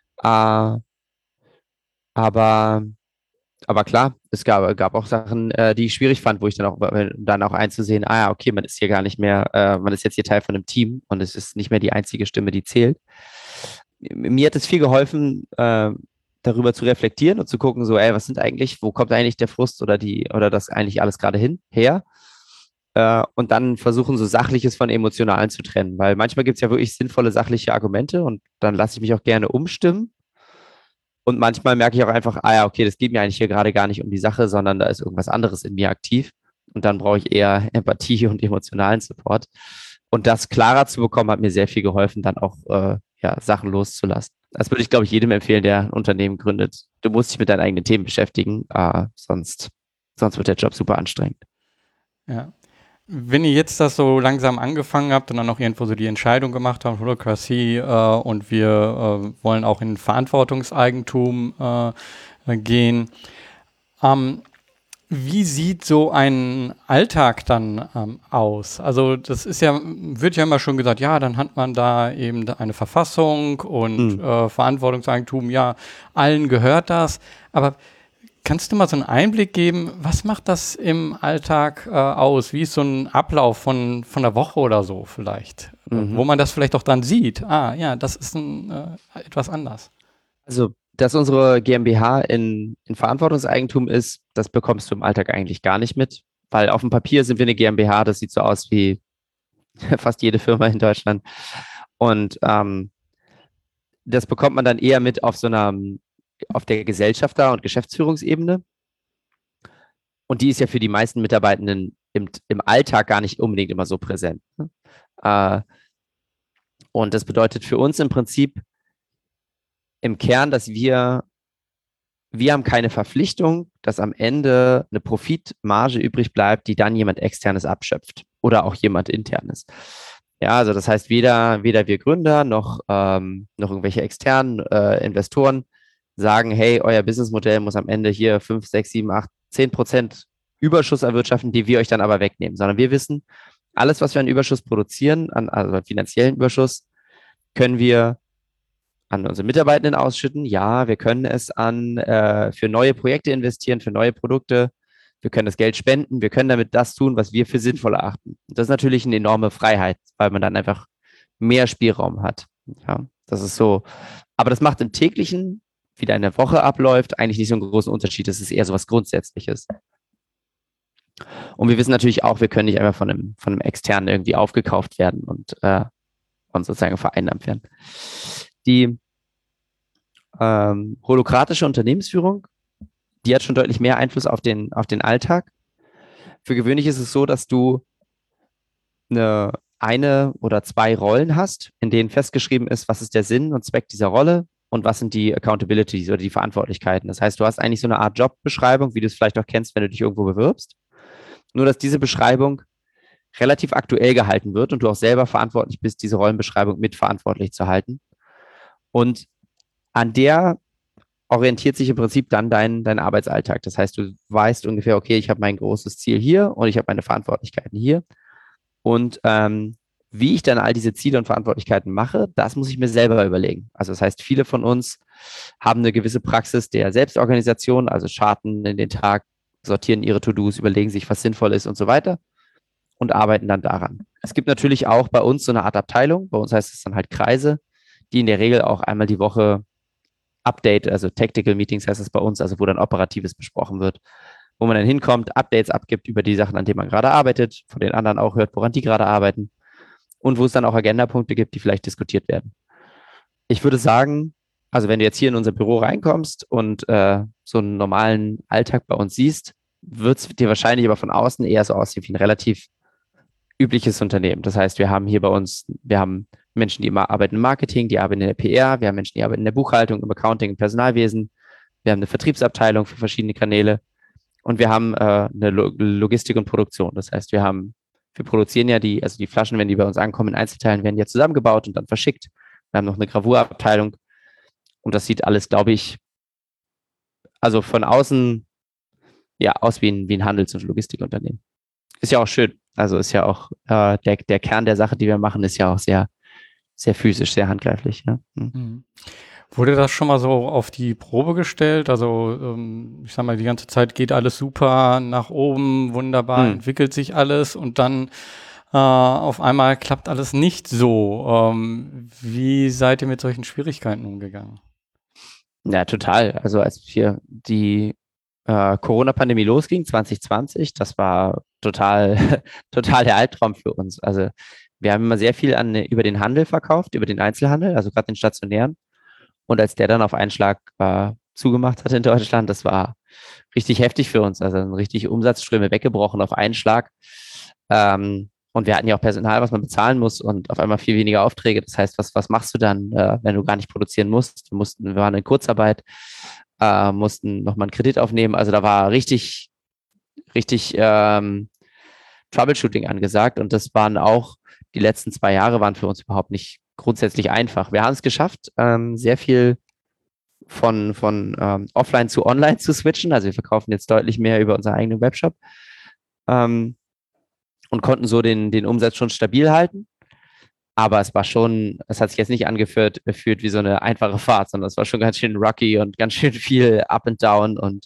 B: Aber klar, es gab auch Sachen, die ich schwierig fand, wo ich dann auch einzusehen, okay, man ist hier gar nicht mehr, man ist jetzt hier Teil von einem Team und es ist nicht mehr die einzige Stimme, die zählt. Mir hat es viel geholfen, darüber zu reflektieren und zu gucken, so, wo kommt eigentlich der Frust oder das eigentlich alles gerade her? Und dann versuchen, so Sachliches von Emotionalen zu trennen, weil manchmal gibt es ja wirklich sinnvolle sachliche Argumente und dann lasse ich mich auch gerne umstimmen. Und manchmal merke ich auch einfach, okay, das geht mir eigentlich hier gerade gar nicht um die Sache, sondern da ist irgendwas anderes in mir aktiv. Und dann brauche ich eher Empathie und emotionalen Support. Und das klarer zu bekommen, hat mir sehr viel geholfen, dann auch Sachen loszulassen. Das würde ich, glaube ich, jedem empfehlen, der ein Unternehmen gründet. Du musst dich mit deinen eigenen Themen beschäftigen, sonst wird der Job super anstrengend.
A: Ja. Wenn ihr jetzt das so langsam angefangen habt und dann auch irgendwo so die Entscheidung gemacht habt, Holacracy, und wir wollen auch in Verantwortungseigentum gehen, wie sieht so ein Alltag dann aus? Also das wird ja immer schon gesagt, ja, dann hat man da eben eine Verfassung und Verantwortungseigentum, ja, allen gehört das, aber kannst du mal so einen Einblick geben, was macht das im Alltag aus? Wie ist so ein Ablauf von der Woche oder so vielleicht? Wo man das vielleicht auch dann sieht. Ja, das ist etwas anders.
B: Also, dass unsere GmbH in Verantwortungseigentum ist, das bekommst du im Alltag eigentlich gar nicht mit, weil auf dem Papier sind wir eine GmbH, das sieht so aus wie fast jede Firma in Deutschland. Und das bekommt man dann eher mit auf der Gesellschafter- und Geschäftsführungsebene. Und die ist ja für die meisten Mitarbeitenden im Alltag gar nicht unbedingt immer so präsent. Und das bedeutet für uns im Prinzip im Kern, dass wir haben keine Verpflichtung, dass am Ende eine Profitmarge übrig bleibt, die dann jemand Externes abschöpft oder auch jemand Internes. Ja, also das heißt, weder wir Gründer noch irgendwelche externen Investoren sagen, hey, euer Businessmodell muss am Ende hier 5, 6, 7, 8, 10% Überschuss erwirtschaften, die wir euch dann aber wegnehmen, sondern wir wissen, alles, was wir an Überschuss produzieren, also finanziellen Überschuss, können wir an unsere Mitarbeitenden ausschütten. Ja, wir können es für neue Projekte investieren, für neue Produkte. Wir können das Geld spenden. Wir können damit das tun, was wir für sinnvoll erachten. Das ist natürlich eine enorme Freiheit, weil man dann einfach mehr Spielraum hat. Ja, das ist so. Aber das macht im täglichen, wie deine Woche abläuft, eigentlich nicht so einen großen Unterschied. Das ist eher so was Grundsätzliches. Und wir wissen natürlich auch, wir können nicht einfach von einem Externen irgendwie aufgekauft werden und sozusagen vereinnahmt werden. Die holokratische Unternehmensführung, die hat schon deutlich mehr Einfluss auf den Alltag. Für gewöhnlich ist es so, dass du eine oder zwei Rollen hast, in denen festgeschrieben ist, was ist der Sinn und Zweck dieser Rolle und was sind die Accountabilities oder die Verantwortlichkeiten. Das heißt, du hast eigentlich so eine Art Jobbeschreibung, wie du es vielleicht auch kennst, wenn du dich irgendwo bewirbst. Nur, dass diese Beschreibung relativ aktuell gehalten wird und du auch selber verantwortlich bist, diese Rollenbeschreibung mitverantwortlich zu halten. Und an der orientiert sich im Prinzip dann dein Arbeitsalltag. Das heißt, du weißt ungefähr, okay, ich habe mein großes Ziel hier und ich habe meine Verantwortlichkeiten hier. Und wie ich dann all diese Ziele und Verantwortlichkeiten mache, das muss ich mir selber überlegen. Also das heißt, viele von uns haben eine gewisse Praxis der Selbstorganisation, also charten in den Tag, sortieren ihre To-Dos, überlegen sich, was sinnvoll ist und so weiter und arbeiten dann daran. Es gibt natürlich auch bei uns so eine Art Abteilung, bei uns heißt es dann halt Kreise, die in der Regel auch einmal die Woche Update, also Tactical Meetings heißt es bei uns, also wo dann Operatives besprochen wird, wo man dann hinkommt, Updates abgibt über die Sachen, an denen man gerade arbeitet, von den anderen auch hört, woran die gerade arbeiten und wo es dann auch Agendapunkte gibt, die vielleicht diskutiert werden. Ich würde sagen, also wenn du jetzt hier in unser Büro reinkommst und so einen normalen Alltag bei uns siehst, wird es dir wahrscheinlich aber von außen eher so aussehen wie ein relativ übliches Unternehmen. Das heißt, wir haben hier bei uns, wir haben Menschen, die immer arbeiten im Marketing, die arbeiten in der PR, wir haben Menschen, die arbeiten in der Buchhaltung, im Accounting, im Personalwesen, wir haben eine Vertriebsabteilung für verschiedene Kanäle und wir haben eine Logistik und Produktion. Das heißt, wir produzieren ja die Flaschen, wenn die bei uns ankommen, in Einzelteilen werden ja zusammengebaut und dann verschickt. Wir haben noch eine Gravurabteilung und das sieht alles, glaube ich, also von außen ja aus wie ein Handels- und Logistikunternehmen. Ist ja auch schön. Also ist ja auch der Kern der Sache, die wir machen, ist ja auch sehr, sehr physisch, sehr handgreiflich. Ja.
A: Mhm. Wurde das schon mal so auf die Probe gestellt? Also ich sag mal, die ganze Zeit geht alles super nach oben, wunderbar, entwickelt sich alles und dann auf einmal klappt alles nicht so. Wie seid ihr mit solchen Schwierigkeiten umgegangen?
B: Ja, total. Also als die Corona-Pandemie losging, 2020, das war total, total der Albtraum für uns. Also wir haben immer sehr viel über den Handel verkauft, über den Einzelhandel, also gerade den stationären. Und als der dann auf einen Schlag zugemacht hat in Deutschland, das war richtig heftig für uns. Also richtig Umsatzströme weggebrochen auf einen Schlag. Und wir hatten ja auch Personal, was man bezahlen muss und auf einmal viel weniger Aufträge. Das heißt, was machst du dann, wenn du gar nicht produzieren musst? Wir waren in Kurzarbeit, mussten nochmal einen Kredit aufnehmen. Also da war richtig Troubleshooting angesagt. Und das waren auch, die letzten 2 Jahre waren für uns überhaupt nicht grundsätzlich einfach. Wir haben es geschafft, sehr viel von offline zu online zu switchen. Also wir verkaufen jetzt deutlich mehr über unseren eigenen Webshop und konnten so den Umsatz schon stabil halten. Aber es hat sich jetzt nicht angefühlt wie so eine einfache Fahrt, sondern es war schon ganz schön rocky und ganz schön viel up and down und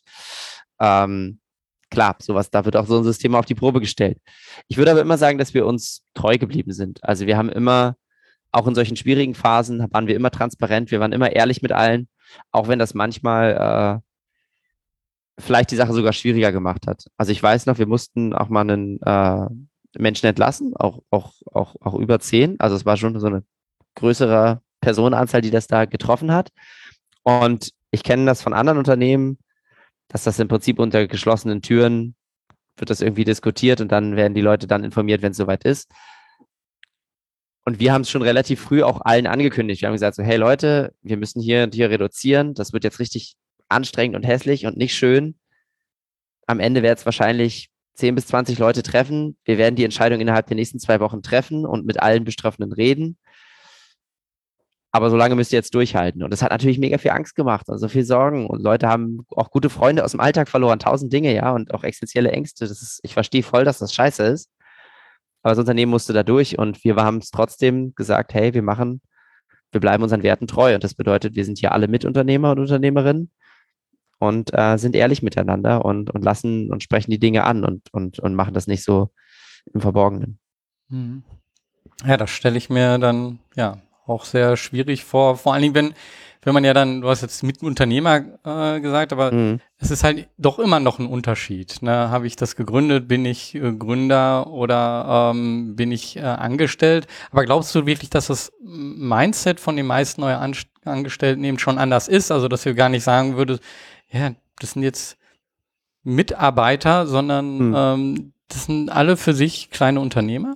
B: klar, da wird auch so ein System auf die Probe gestellt. Ich würde aber immer sagen, dass wir uns treu geblieben sind. Also wir haben immer, auch in solchen schwierigen Phasen, waren wir immer transparent, wir waren immer ehrlich mit allen, auch wenn das manchmal vielleicht die Sache sogar schwieriger gemacht hat. Also ich weiß noch, wir mussten auch mal einen Menschen entlassen, auch über 10. Also es war schon so eine größere Personenanzahl, die das da getroffen hat. Und ich kenne das von anderen Unternehmen, dass das im Prinzip unter geschlossenen Türen wird das irgendwie diskutiert und dann werden die Leute dann informiert, wenn es soweit ist. Und wir haben es schon relativ früh auch allen angekündigt. Wir haben gesagt so, hey Leute, wir müssen hier und hier reduzieren. Das wird jetzt richtig anstrengend und hässlich und nicht schön. Am Ende wird es wahrscheinlich 10 bis 20 Leute treffen. Wir werden die Entscheidung innerhalb der nächsten 2 Wochen treffen und mit allen Betroffenen reden. Aber so lange müsst ihr jetzt durchhalten. Und das hat natürlich mega viel Angst gemacht und so viel Sorgen. Und Leute haben auch gute Freunde aus dem Alltag verloren, 1000 Dinge, ja, und auch existenzielle Ängste. Ich verstehe voll, dass das scheiße ist. Aber das Unternehmen musste da durch und wir haben es trotzdem gesagt, hey, wir bleiben unseren Werten treu. Und das bedeutet, wir sind hier alle Mitunternehmer und Unternehmerinnen und sind ehrlich miteinander und lassen und sprechen die Dinge an und machen das nicht so im Verborgenen.
A: Ja, das stelle ich mir dann auch sehr schwierig vor. Vor allen Dingen, wenn man ja dann, du hast jetzt Mitunternehmer gesagt, aber es ist halt doch immer noch ein Unterschied. Ne? Habe ich das gegründet? Bin ich Gründer oder bin ich angestellt? Aber glaubst du wirklich, dass das Mindset von den meisten neuen Angestellten eben schon anders ist? Also, dass wir gar nicht sagen würden, ja, das sind jetzt Mitarbeiter, sondern das sind alle für sich kleine Unternehmer?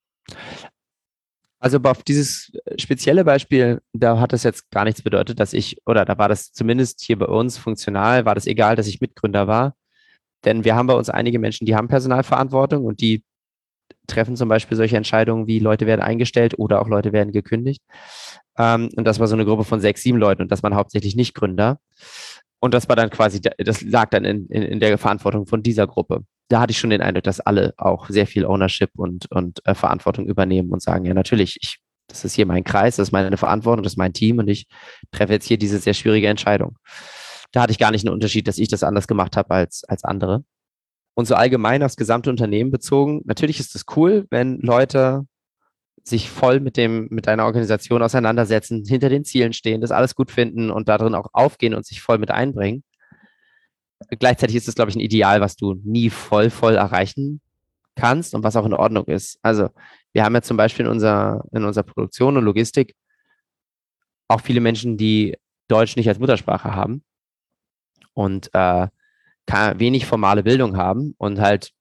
B: Also auf dieses spezielle Beispiel, da hat das jetzt gar nichts bedeutet, oder da war das zumindest hier bei uns funktional, war das egal, dass ich Mitgründer war. Denn wir haben bei uns einige Menschen, die haben Personalverantwortung und die treffen zum Beispiel solche Entscheidungen wie Leute werden eingestellt oder auch Leute werden gekündigt. Und das war so eine Gruppe von 6, 7 Leuten und das waren hauptsächlich Nicht-Gründer. Und das war dann quasi, das lag dann in der Verantwortung von dieser Gruppe. Da hatte ich schon den Eindruck, dass alle auch sehr viel Ownership und Verantwortung übernehmen und sagen, ja natürlich, das ist hier mein Kreis, das ist meine Verantwortung, das ist mein Team und ich treffe jetzt hier diese sehr schwierige Entscheidung. Da hatte ich gar nicht einen Unterschied, dass ich das anders gemacht habe als andere. Und so allgemein aufs gesamte Unternehmen bezogen, natürlich ist es cool, wenn Leute sich voll mit deiner Organisation auseinandersetzen, hinter den Zielen stehen, das alles gut finden und darin auch aufgehen und sich voll mit einbringen. Gleichzeitig ist es, glaube ich, ein Ideal, was du nie voll erreichen kannst und was auch in Ordnung ist. Also wir haben ja zum Beispiel in unserer Produktion und Logistik auch viele Menschen, die Deutsch nicht als Muttersprache haben und wenig formale Bildung haben und halt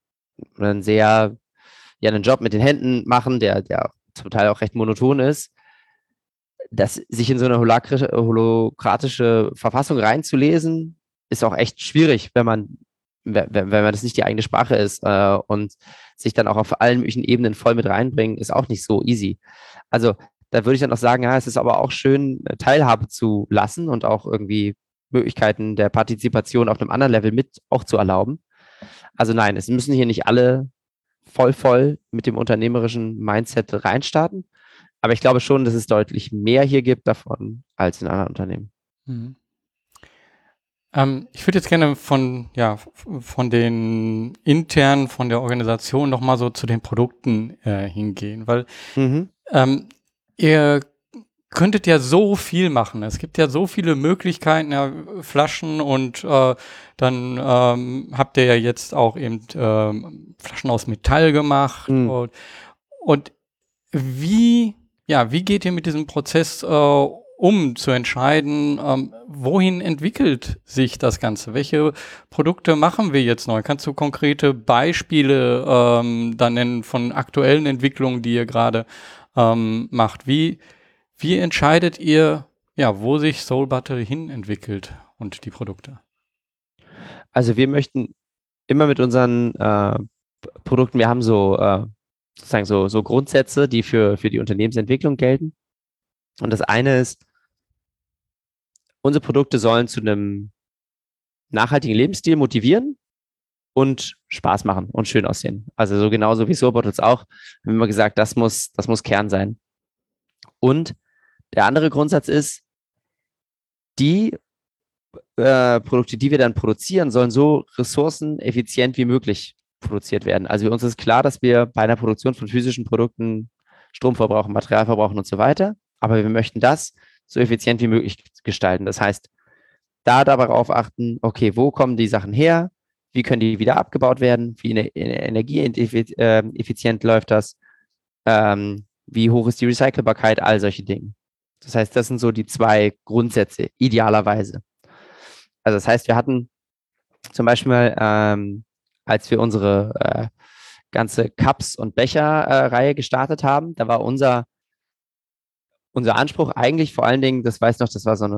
B: einen Job mit den Händen machen, der zum Teil auch recht monoton ist, dass sich in so eine holokratische Verfassung reinzulesen, ist auch echt schwierig, wenn man das nicht die eigene Sprache ist und sich dann auch auf allen möglichen Ebenen voll mit reinbringen, ist auch nicht so easy. Also da würde ich dann auch sagen, ja, es ist aber auch schön, Teilhabe zu lassen und auch irgendwie Möglichkeiten der Partizipation auf einem anderen Level mit auch zu erlauben. Also nein, es müssen hier nicht alle voll mit dem unternehmerischen Mindset reinstarten. Aber ich glaube schon, dass es deutlich mehr hier gibt davon als in anderen Unternehmen.
A: Mhm. Ich würde jetzt gerne von den internen, von der Organisation nochmal so zu den Produkten hingehen, weil ihr könntet ja so viel machen. Es gibt ja so viele Möglichkeiten, ja, Flaschen und dann habt ihr ja jetzt auch eben Flaschen aus Metall gemacht. Und wie geht ihr mit diesem Prozess um zu entscheiden, wohin entwickelt sich das Ganze? Welche Produkte machen wir jetzt neu? Kannst du konkrete Beispiele dann nennen von aktuellen Entwicklungen, die ihr gerade macht? Wie entscheidet ihr, wo sich Soul Battery hin entwickelt und die Produkte?
B: Also wir möchten immer mit unseren Produkten, wir haben sozusagen so Grundsätze, die für die Unternehmensentwicklung gelten. Und das eine ist, unsere Produkte sollen zu einem nachhaltigen Lebensstil motivieren und Spaß machen und schön aussehen. Also so genauso wie Soul Bottles auch, haben wir immer gesagt, das muss Kern sein. Und der andere Grundsatz ist, die Produkte, die wir dann produzieren, sollen so ressourceneffizient wie möglich produziert werden. Also uns ist klar, dass wir bei einer Produktion von physischen Produkten Strom verbrauchen, Material verbrauchen und so weiter. Aber wir möchten das so effizient wie möglich gestalten. Das heißt, da darauf achten, okay, wo kommen die Sachen her? Wie können die wieder abgebaut werden? Wie energieeffizient läuft das? Wie hoch ist die Recycelbarkeit? All solche Dinge. Das heißt, das sind so die 2 Grundsätze, idealerweise. Also das heißt, wir hatten zum Beispiel als wir unsere ganze Cups- und Becher-Reihe gestartet haben, da war unser Anspruch eigentlich vor allen Dingen, das weiß noch, das war so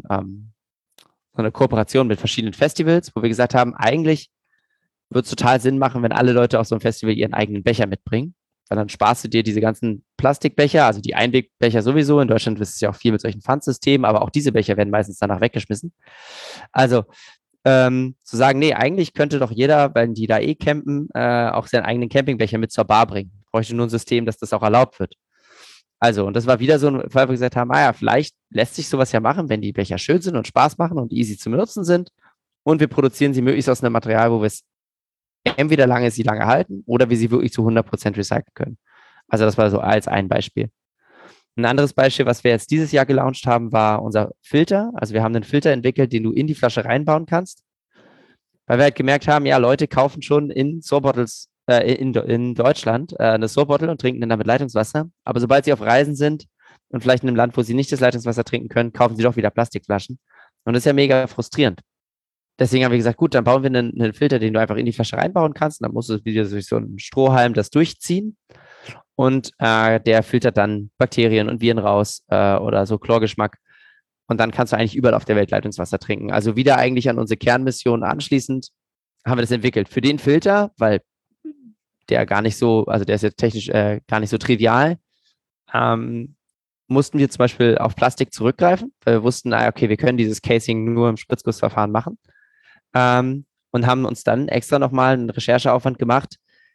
B: eine Kooperation mit verschiedenen Festivals, wo wir gesagt haben, eigentlich wird es total Sinn machen, wenn alle Leute auf so einem Festival ihren eigenen Becher mitbringen. Weil dann sparst du dir diese ganzen Plastikbecher, also die Einwegbecher sowieso. In Deutschland ist es ja auch viel mit solchen Pfandsystemen, aber auch diese Becher werden meistens danach weggeschmissen. Also zu sagen, nee, eigentlich könnte doch jeder, wenn die da campen, auch seinen eigenen Campingbecher mit zur Bar bringen. Ich bräuchte nur ein System, dass das auch erlaubt wird. Also, und das war wieder so ein Fall, wo wir gesagt haben, vielleicht lässt sich sowas ja machen, wenn die Becher schön sind und Spaß machen und easy zu benutzen sind. Und wir produzieren sie möglichst aus einem Material, wo wir es entweder sie lange halten oder wir sie wirklich zu 100% recyceln können. Also das war so als ein Beispiel. Ein anderes Beispiel, was wir jetzt dieses Jahr gelauncht haben, war unser Filter. Also wir haben einen Filter entwickelt, den du in die Flasche reinbauen kannst, weil wir halt gemerkt haben, ja, Leute kaufen schon in Sourbottles in Deutschland eine Sorbottle und trinken dann damit Leitungswasser. Aber sobald sie auf Reisen sind und vielleicht in einem Land, wo sie nicht das Leitungswasser trinken können, kaufen sie doch wieder Plastikflaschen. Und das ist ja mega frustrierend. Deswegen haben wir gesagt, gut, dann bauen wir einen Filter, den du einfach in die Flasche reinbauen kannst. Und dann musst du wieder durch so einen Strohhalm das durchziehen. Und der filtert dann Bakterien und Viren raus oder so Chlorgeschmack. Und dann kannst du eigentlich überall auf der Welt Leitungswasser trinken. Also wieder eigentlich an unsere Kernmission anschließend haben wir das entwickelt. Für den Filter, weil der gar nicht so, also der ist jetzt technisch gar nicht so trivial, mussten wir zum Beispiel auf Plastik zurückgreifen, weil wir wussten, okay, wir können dieses Casing nur im Spritzgussverfahren machen. Und haben uns dann extra nochmal einen Rechercheaufwand gemacht,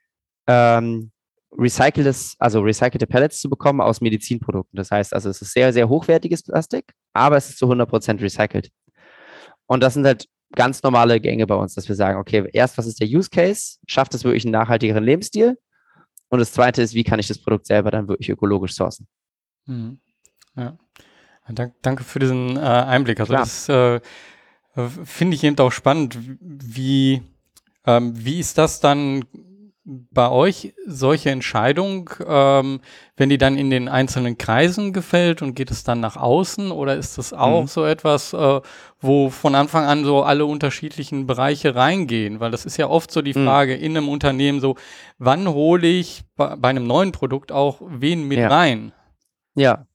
B: recycelte Pellets zu bekommen aus Medizinprodukten. Das heißt, also es ist sehr, sehr hochwertiges Plastik, aber es ist zu 100% recycelt. Und das sind halt ganz normale Gänge bei uns, dass wir sagen, okay, erst, was ist der Use Case? Schafft es wirklich einen nachhaltigeren Lebensstil? Und das Zweite ist, wie kann ich das Produkt selber dann wirklich ökologisch sourcen?
A: Mhm. Ja. Danke für diesen Einblick. Also
B: Klar.
A: das finde ich eben auch spannend. Wie ist das dann bei euch, solche Entscheidung, wenn die dann in den einzelnen Kreisen gefällt und geht es dann nach außen, oder ist das auch so etwas, wo von Anfang an so alle unterschiedlichen Bereiche reingehen? Weil das ist ja oft so die Frage in einem Unternehmen so, wann hole ich bei einem neuen Produkt auch wen mit rein?
B: Ja.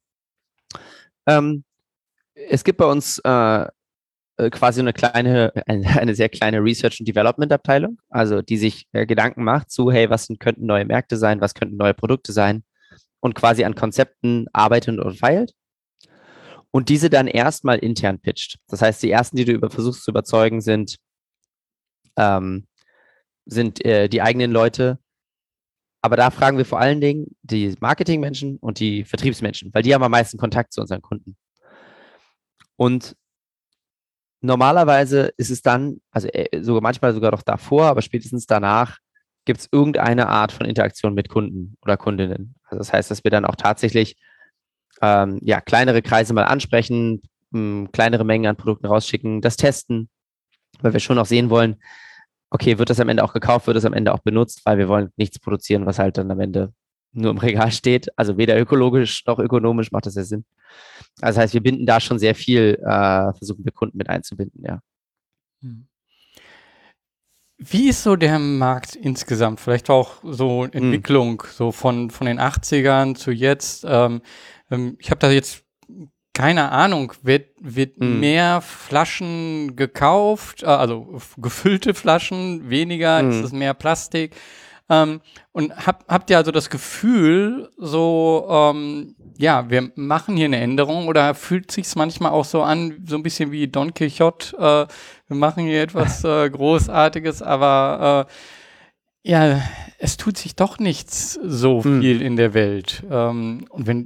B: Es gibt bei uns quasi eine sehr kleine Research- und Development-Abteilung, also die sich Gedanken macht zu, hey, könnten neue Märkte sein, was könnten neue Produkte sein, und quasi an Konzepten arbeitet und feilt und diese dann erstmal intern pitcht. Das heißt, die ersten, die du versuchst zu überzeugen, sind die eigenen Leute. Aber da fragen wir vor allen Dingen die Marketingmenschen und die Vertriebsmenschen, weil die haben am meisten Kontakt zu unseren Kunden. Und normalerweise ist es dann, also manchmal sogar noch davor, aber spätestens danach gibt es irgendeine Art von Interaktion mit Kunden oder Kundinnen. Also das heißt, dass wir dann auch tatsächlich kleinere Kreise mal ansprechen, kleinere Mengen an Produkten rausschicken, das testen, weil wir schon auch sehen wollen, okay, wird das am Ende auch gekauft, wird das am Ende auch benutzt, weil wir wollen nichts produzieren, was halt dann am Ende nur im Regal steht. Also weder ökologisch noch ökonomisch macht das ja Sinn. Also das heißt, wir binden da schon sehr viel, versuchen wir Kunden mit einzubinden, ja.
A: Wie ist so der Markt insgesamt? Vielleicht auch so Entwicklung, so von den 80ern zu jetzt. Ich habe da jetzt keine Ahnung, wird mehr Flaschen gekauft, also gefüllte Flaschen, weniger, ist es mehr Plastik? Und habt ihr also das Gefühl, so, wir machen hier eine Änderung, oder fühlt sich's manchmal auch so an, so ein bisschen wie Don Quixote, wir machen hier etwas Großartiges, aber es tut sich doch nichts so viel in der Welt. Und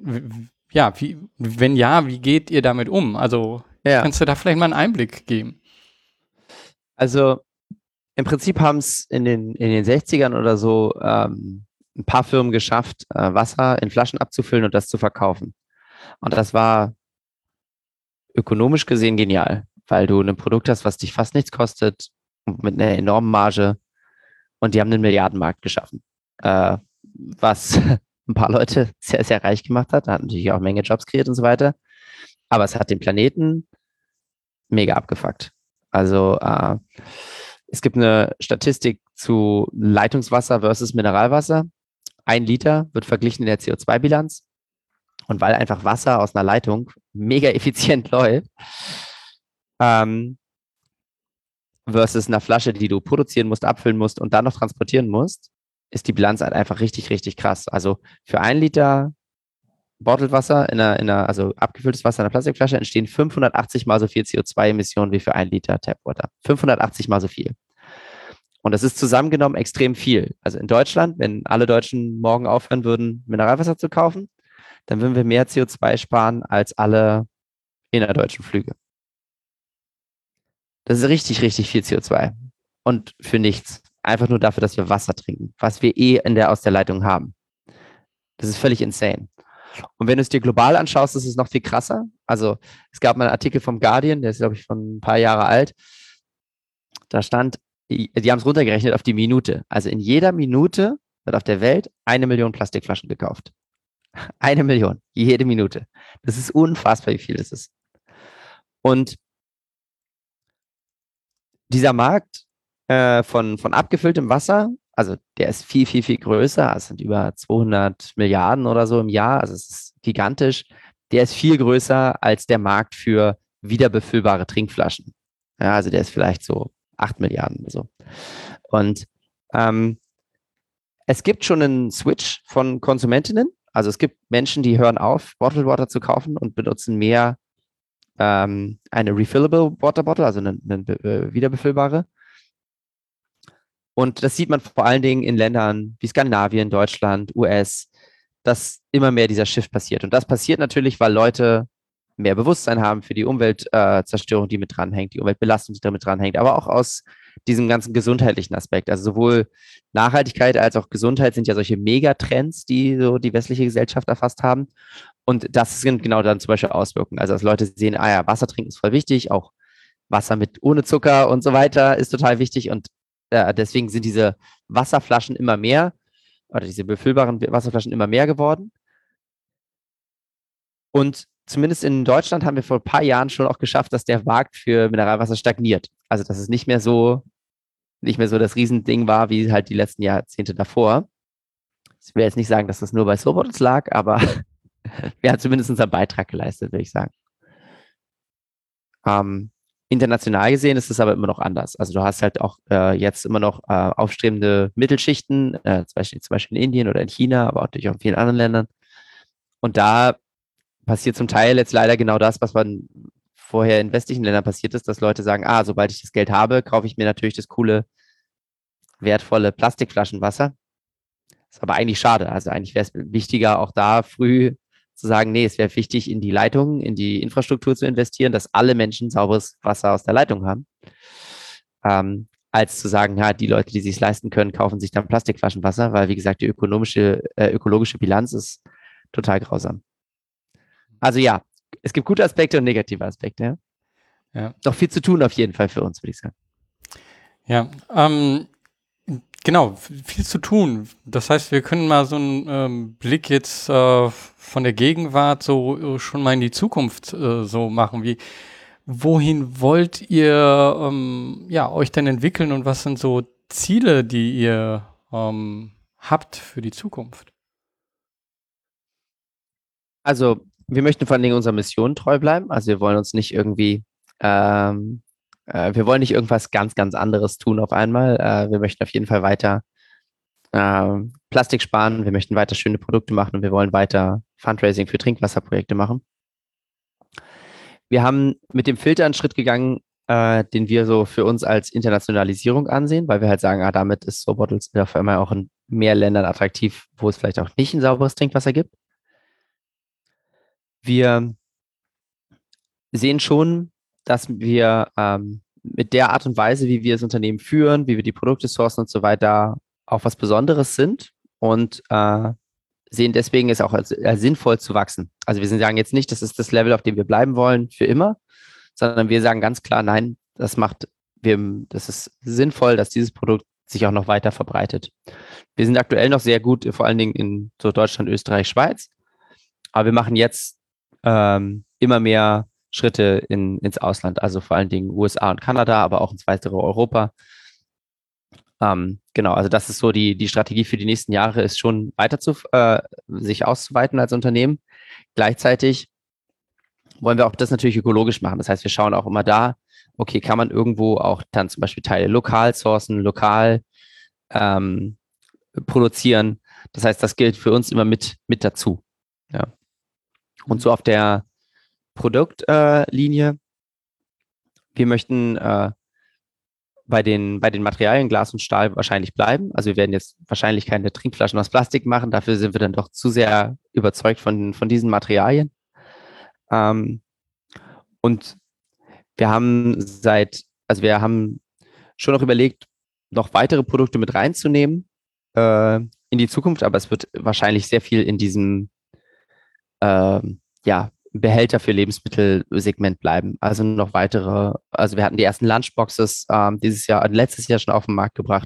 A: wie geht ihr damit um? Also kannst du da vielleicht mal einen Einblick geben?
B: Also im Prinzip haben es in den 60ern oder so ein paar Firmen geschafft, Wasser in Flaschen abzufüllen und das zu verkaufen. Und das war ökonomisch gesehen genial, weil du ein Produkt hast, was dich fast nichts kostet, mit einer enormen Marge, und die haben einen Milliardenmarkt geschaffen, was ein paar Leute sehr, sehr reich gemacht hat. Da hat natürlich auch eine Menge Jobs kreiert und so weiter. Aber es hat den Planeten mega abgefuckt. Also es gibt eine Statistik zu Leitungswasser versus Mineralwasser. 1 Liter wird verglichen in der CO2-Bilanz. Und weil einfach Wasser aus einer Leitung mega effizient läuft, versus einer Flasche, die du produzieren musst, abfüllen musst und dann noch transportieren musst, ist die Bilanz halt einfach richtig, richtig krass. Also für 1 Liter Bottled Wasser, also abgefülltes Wasser in einer Plastikflasche, entstehen 580 mal so viel CO2-Emissionen wie für 1 Liter Tapwater. 580 mal so viel. Und das ist zusammengenommen extrem viel. Also in Deutschland, wenn alle Deutschen morgen aufhören würden, Mineralwasser zu kaufen, dann würden wir mehr CO2 sparen als alle innerdeutschen Flüge. Das ist richtig, richtig viel CO2. Und für nichts. Einfach nur dafür, dass wir Wasser trinken, was wir aus der Leitung haben. Das ist völlig insane. Und wenn du es dir global anschaust, ist es noch viel krasser. Also es gab mal einen Artikel vom Guardian, der ist, glaube ich, von ein paar Jahre alt. Da stand, die haben es runtergerechnet auf die Minute. Also in jeder Minute wird auf der Welt 1 Million Plastikflaschen gekauft. 1 Million, jede Minute. Das ist unfassbar, wie viel das ist. Und dieser Markt von abgefülltem Wasser, also der ist viel, viel, viel größer. Es sind über 200 Milliarden oder so im Jahr. Also es ist gigantisch. Der ist viel größer als der Markt für wiederbefüllbare Trinkflaschen. Ja, also der ist vielleicht so 8 Milliarden oder so. Und es gibt schon einen Switch von Konsumentinnen. Also es gibt Menschen, die hören auf, Bottled Water zu kaufen und benutzen mehr eine refillable Water Bottle, also eine wiederbefüllbare. Und das sieht man vor allen Dingen in Ländern wie Skandinavien, Deutschland, US, dass immer mehr dieser Shift passiert. Und das passiert natürlich, weil Leute mehr Bewusstsein haben für die Umweltzerstörung, die mit dranhängt, die Umweltbelastung, die damit dranhängt, aber auch aus diesem ganzen gesundheitlichen Aspekt. Also sowohl Nachhaltigkeit als auch Gesundheit sind ja solche Megatrends, die so die westliche Gesellschaft erfasst haben. Und das sind genau dann zum Beispiel Auswirkungen. Also dass Leute sehen, ah ja, Wasser trinken ist voll wichtig, auch Wasser mit ohne Zucker und so weiter ist total wichtig. Und deswegen sind diese Wasserflaschen immer mehr, oder diese befüllbaren Wasserflaschen immer mehr geworden. Und zumindest in Deutschland haben wir vor ein paar Jahren schon auch geschafft, dass der Markt für Mineralwasser stagniert. Also dass es nicht mehr so das Riesending war, wie halt die letzten Jahrzehnte davor. Ich will jetzt nicht sagen, dass das nur bei Sobottles lag, aber wir haben zumindest unseren Beitrag geleistet, würde ich sagen. International gesehen ist es aber immer noch anders. Also du hast halt auch jetzt immer noch aufstrebende Mittelschichten, zum Beispiel in Indien oder in China, aber auch natürlich auch in vielen anderen Ländern. Und da passiert zum Teil jetzt leider genau das, was man vorher in westlichen Ländern passiert ist, dass Leute sagen, sobald ich das Geld habe, kaufe ich mir natürlich das coole, wertvolle Plastikflaschenwasser. Ist aber eigentlich schade. Also eigentlich wäre es wichtiger, auch da früh zu sagen, nee, es wäre wichtig, in die Leitungen, in die Infrastruktur zu investieren, dass alle Menschen sauberes Wasser aus der Leitung haben. Als zu sagen, ja, die Leute, die sich es leisten können, kaufen sich dann Plastikflaschenwasser, weil, wie gesagt, die ökologische Bilanz ist total grausam. Also ja, es gibt gute Aspekte und negative Aspekte. Ja?
A: Ja.
B: Doch viel zu tun auf jeden Fall für uns, würde ich sagen.
A: Ja, genau, viel zu tun. Das heißt, wir können mal so einen Blick jetzt von der Gegenwart so schon mal in die Zukunft so machen. Wohin wollt ihr euch denn entwickeln und was sind so Ziele, die ihr habt für die Zukunft?
B: Also wir möchten vor allen Dingen unserer Mission treu bleiben. Also wir wollen uns nicht irgendwie, wir wollen nicht irgendwas ganz, ganz anderes tun auf einmal. Wir möchten auf jeden Fall weiter Plastik sparen. Wir möchten weiter schöne Produkte machen und wir wollen weiter Fundraising für Trinkwasserprojekte machen. Wir haben mit dem Filter einen Schritt gegangen, den wir so für uns als Internationalisierung ansehen, weil wir halt sagen, damit ist Sobottles auf einmal auch in mehr Ländern attraktiv, wo es vielleicht auch nicht ein sauberes Trinkwasser gibt. Wir sehen schon, dass wir mit der Art und Weise, wie wir das Unternehmen führen, wie wir die Produkte sourcen und so weiter, auch was Besonderes sind und sehen deswegen es auch als sinnvoll zu wachsen. Also wir sagen jetzt nicht, das ist das Level, auf dem wir bleiben wollen für immer, sondern wir sagen ganz klar, nein, das ist sinnvoll, dass dieses Produkt sich auch noch weiter verbreitet. Wir sind aktuell noch sehr gut, vor allen Dingen in so Deutschland, Österreich, Schweiz, aber wir machen jetzt immer mehr Schritte ins Ausland, also vor allen Dingen USA und Kanada, aber auch ins weitere Europa. Genau, also das ist so die Strategie für die nächsten Jahre, ist schon weiter sich auszuweiten als Unternehmen. Gleichzeitig wollen wir auch das natürlich ökologisch machen. Das heißt, wir schauen auch immer da, okay, kann man irgendwo auch dann zum Beispiel Teile lokal sourcen, lokal produzieren. Das heißt, das gilt für uns immer mit dazu. Ja. Und so auf der Produktlinie, wir möchten bei den Materialien Glas und Stahl wahrscheinlich bleiben. Also wir werden jetzt wahrscheinlich keine Trinkflaschen aus Plastik machen. Dafür sind wir dann doch zu sehr überzeugt von diesen Materialien. Und wir haben schon noch überlegt, noch weitere Produkte mit reinzunehmen in die Zukunft, aber es wird wahrscheinlich sehr viel in diesem ja, Behälter für Lebensmittelsegment bleiben. Also noch weitere, also wir hatten die ersten Lunchboxes letztes Jahr schon auf den Markt gebracht.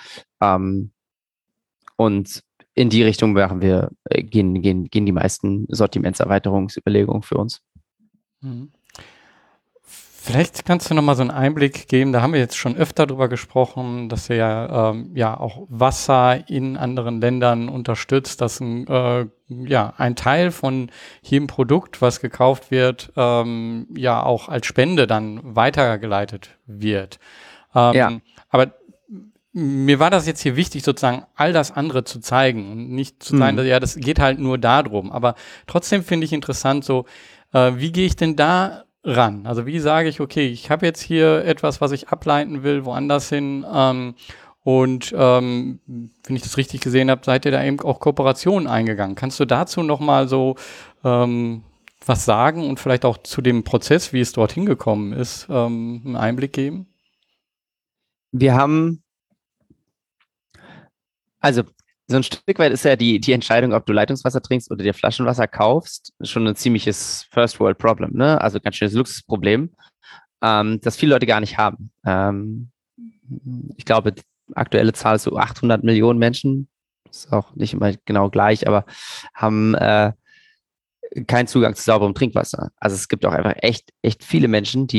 B: Und in die Richtung gehen die meisten Sortimentserweiterungsüberlegungen für uns.
A: Mhm. Vielleicht kannst du noch mal so einen Einblick geben, da haben wir jetzt schon öfter drüber gesprochen, dass ihr ja auch Wasser in anderen Ländern unterstützt, dass ein Teil von jedem Produkt, was gekauft wird, ja auch als Spende dann weitergeleitet wird.
B: Ja.
A: Aber mir war das jetzt hier wichtig, sozusagen all das andere zu zeigen und nicht zu sagen, das geht halt nur darum. Aber trotzdem finde ich interessant, so wie gehe ich denn da ran? Also wie sage ich, okay, ich habe jetzt hier etwas, was ich ableiten will, woanders hin. Wenn ich das richtig gesehen habe, seid ihr da eben auch Kooperationen eingegangen. Kannst du dazu noch mal so was sagen und vielleicht auch zu dem Prozess, wie es dorthin gekommen ist, einen Einblick geben?
B: Wir haben, also so ein Stück weit ist ja die Entscheidung, ob du Leitungswasser trinkst oder dir Flaschenwasser kaufst, schon ein ziemliches First-World-Problem, ne? Also ganz schönes Luxusproblem, das viele Leute gar nicht haben. Ich glaube, die aktuelle Zahl ist so 800 Millionen Menschen, ist auch nicht immer genau gleich, aber haben keinen Zugang zu sauberem Trinkwasser. Also es gibt auch einfach echt viele Menschen,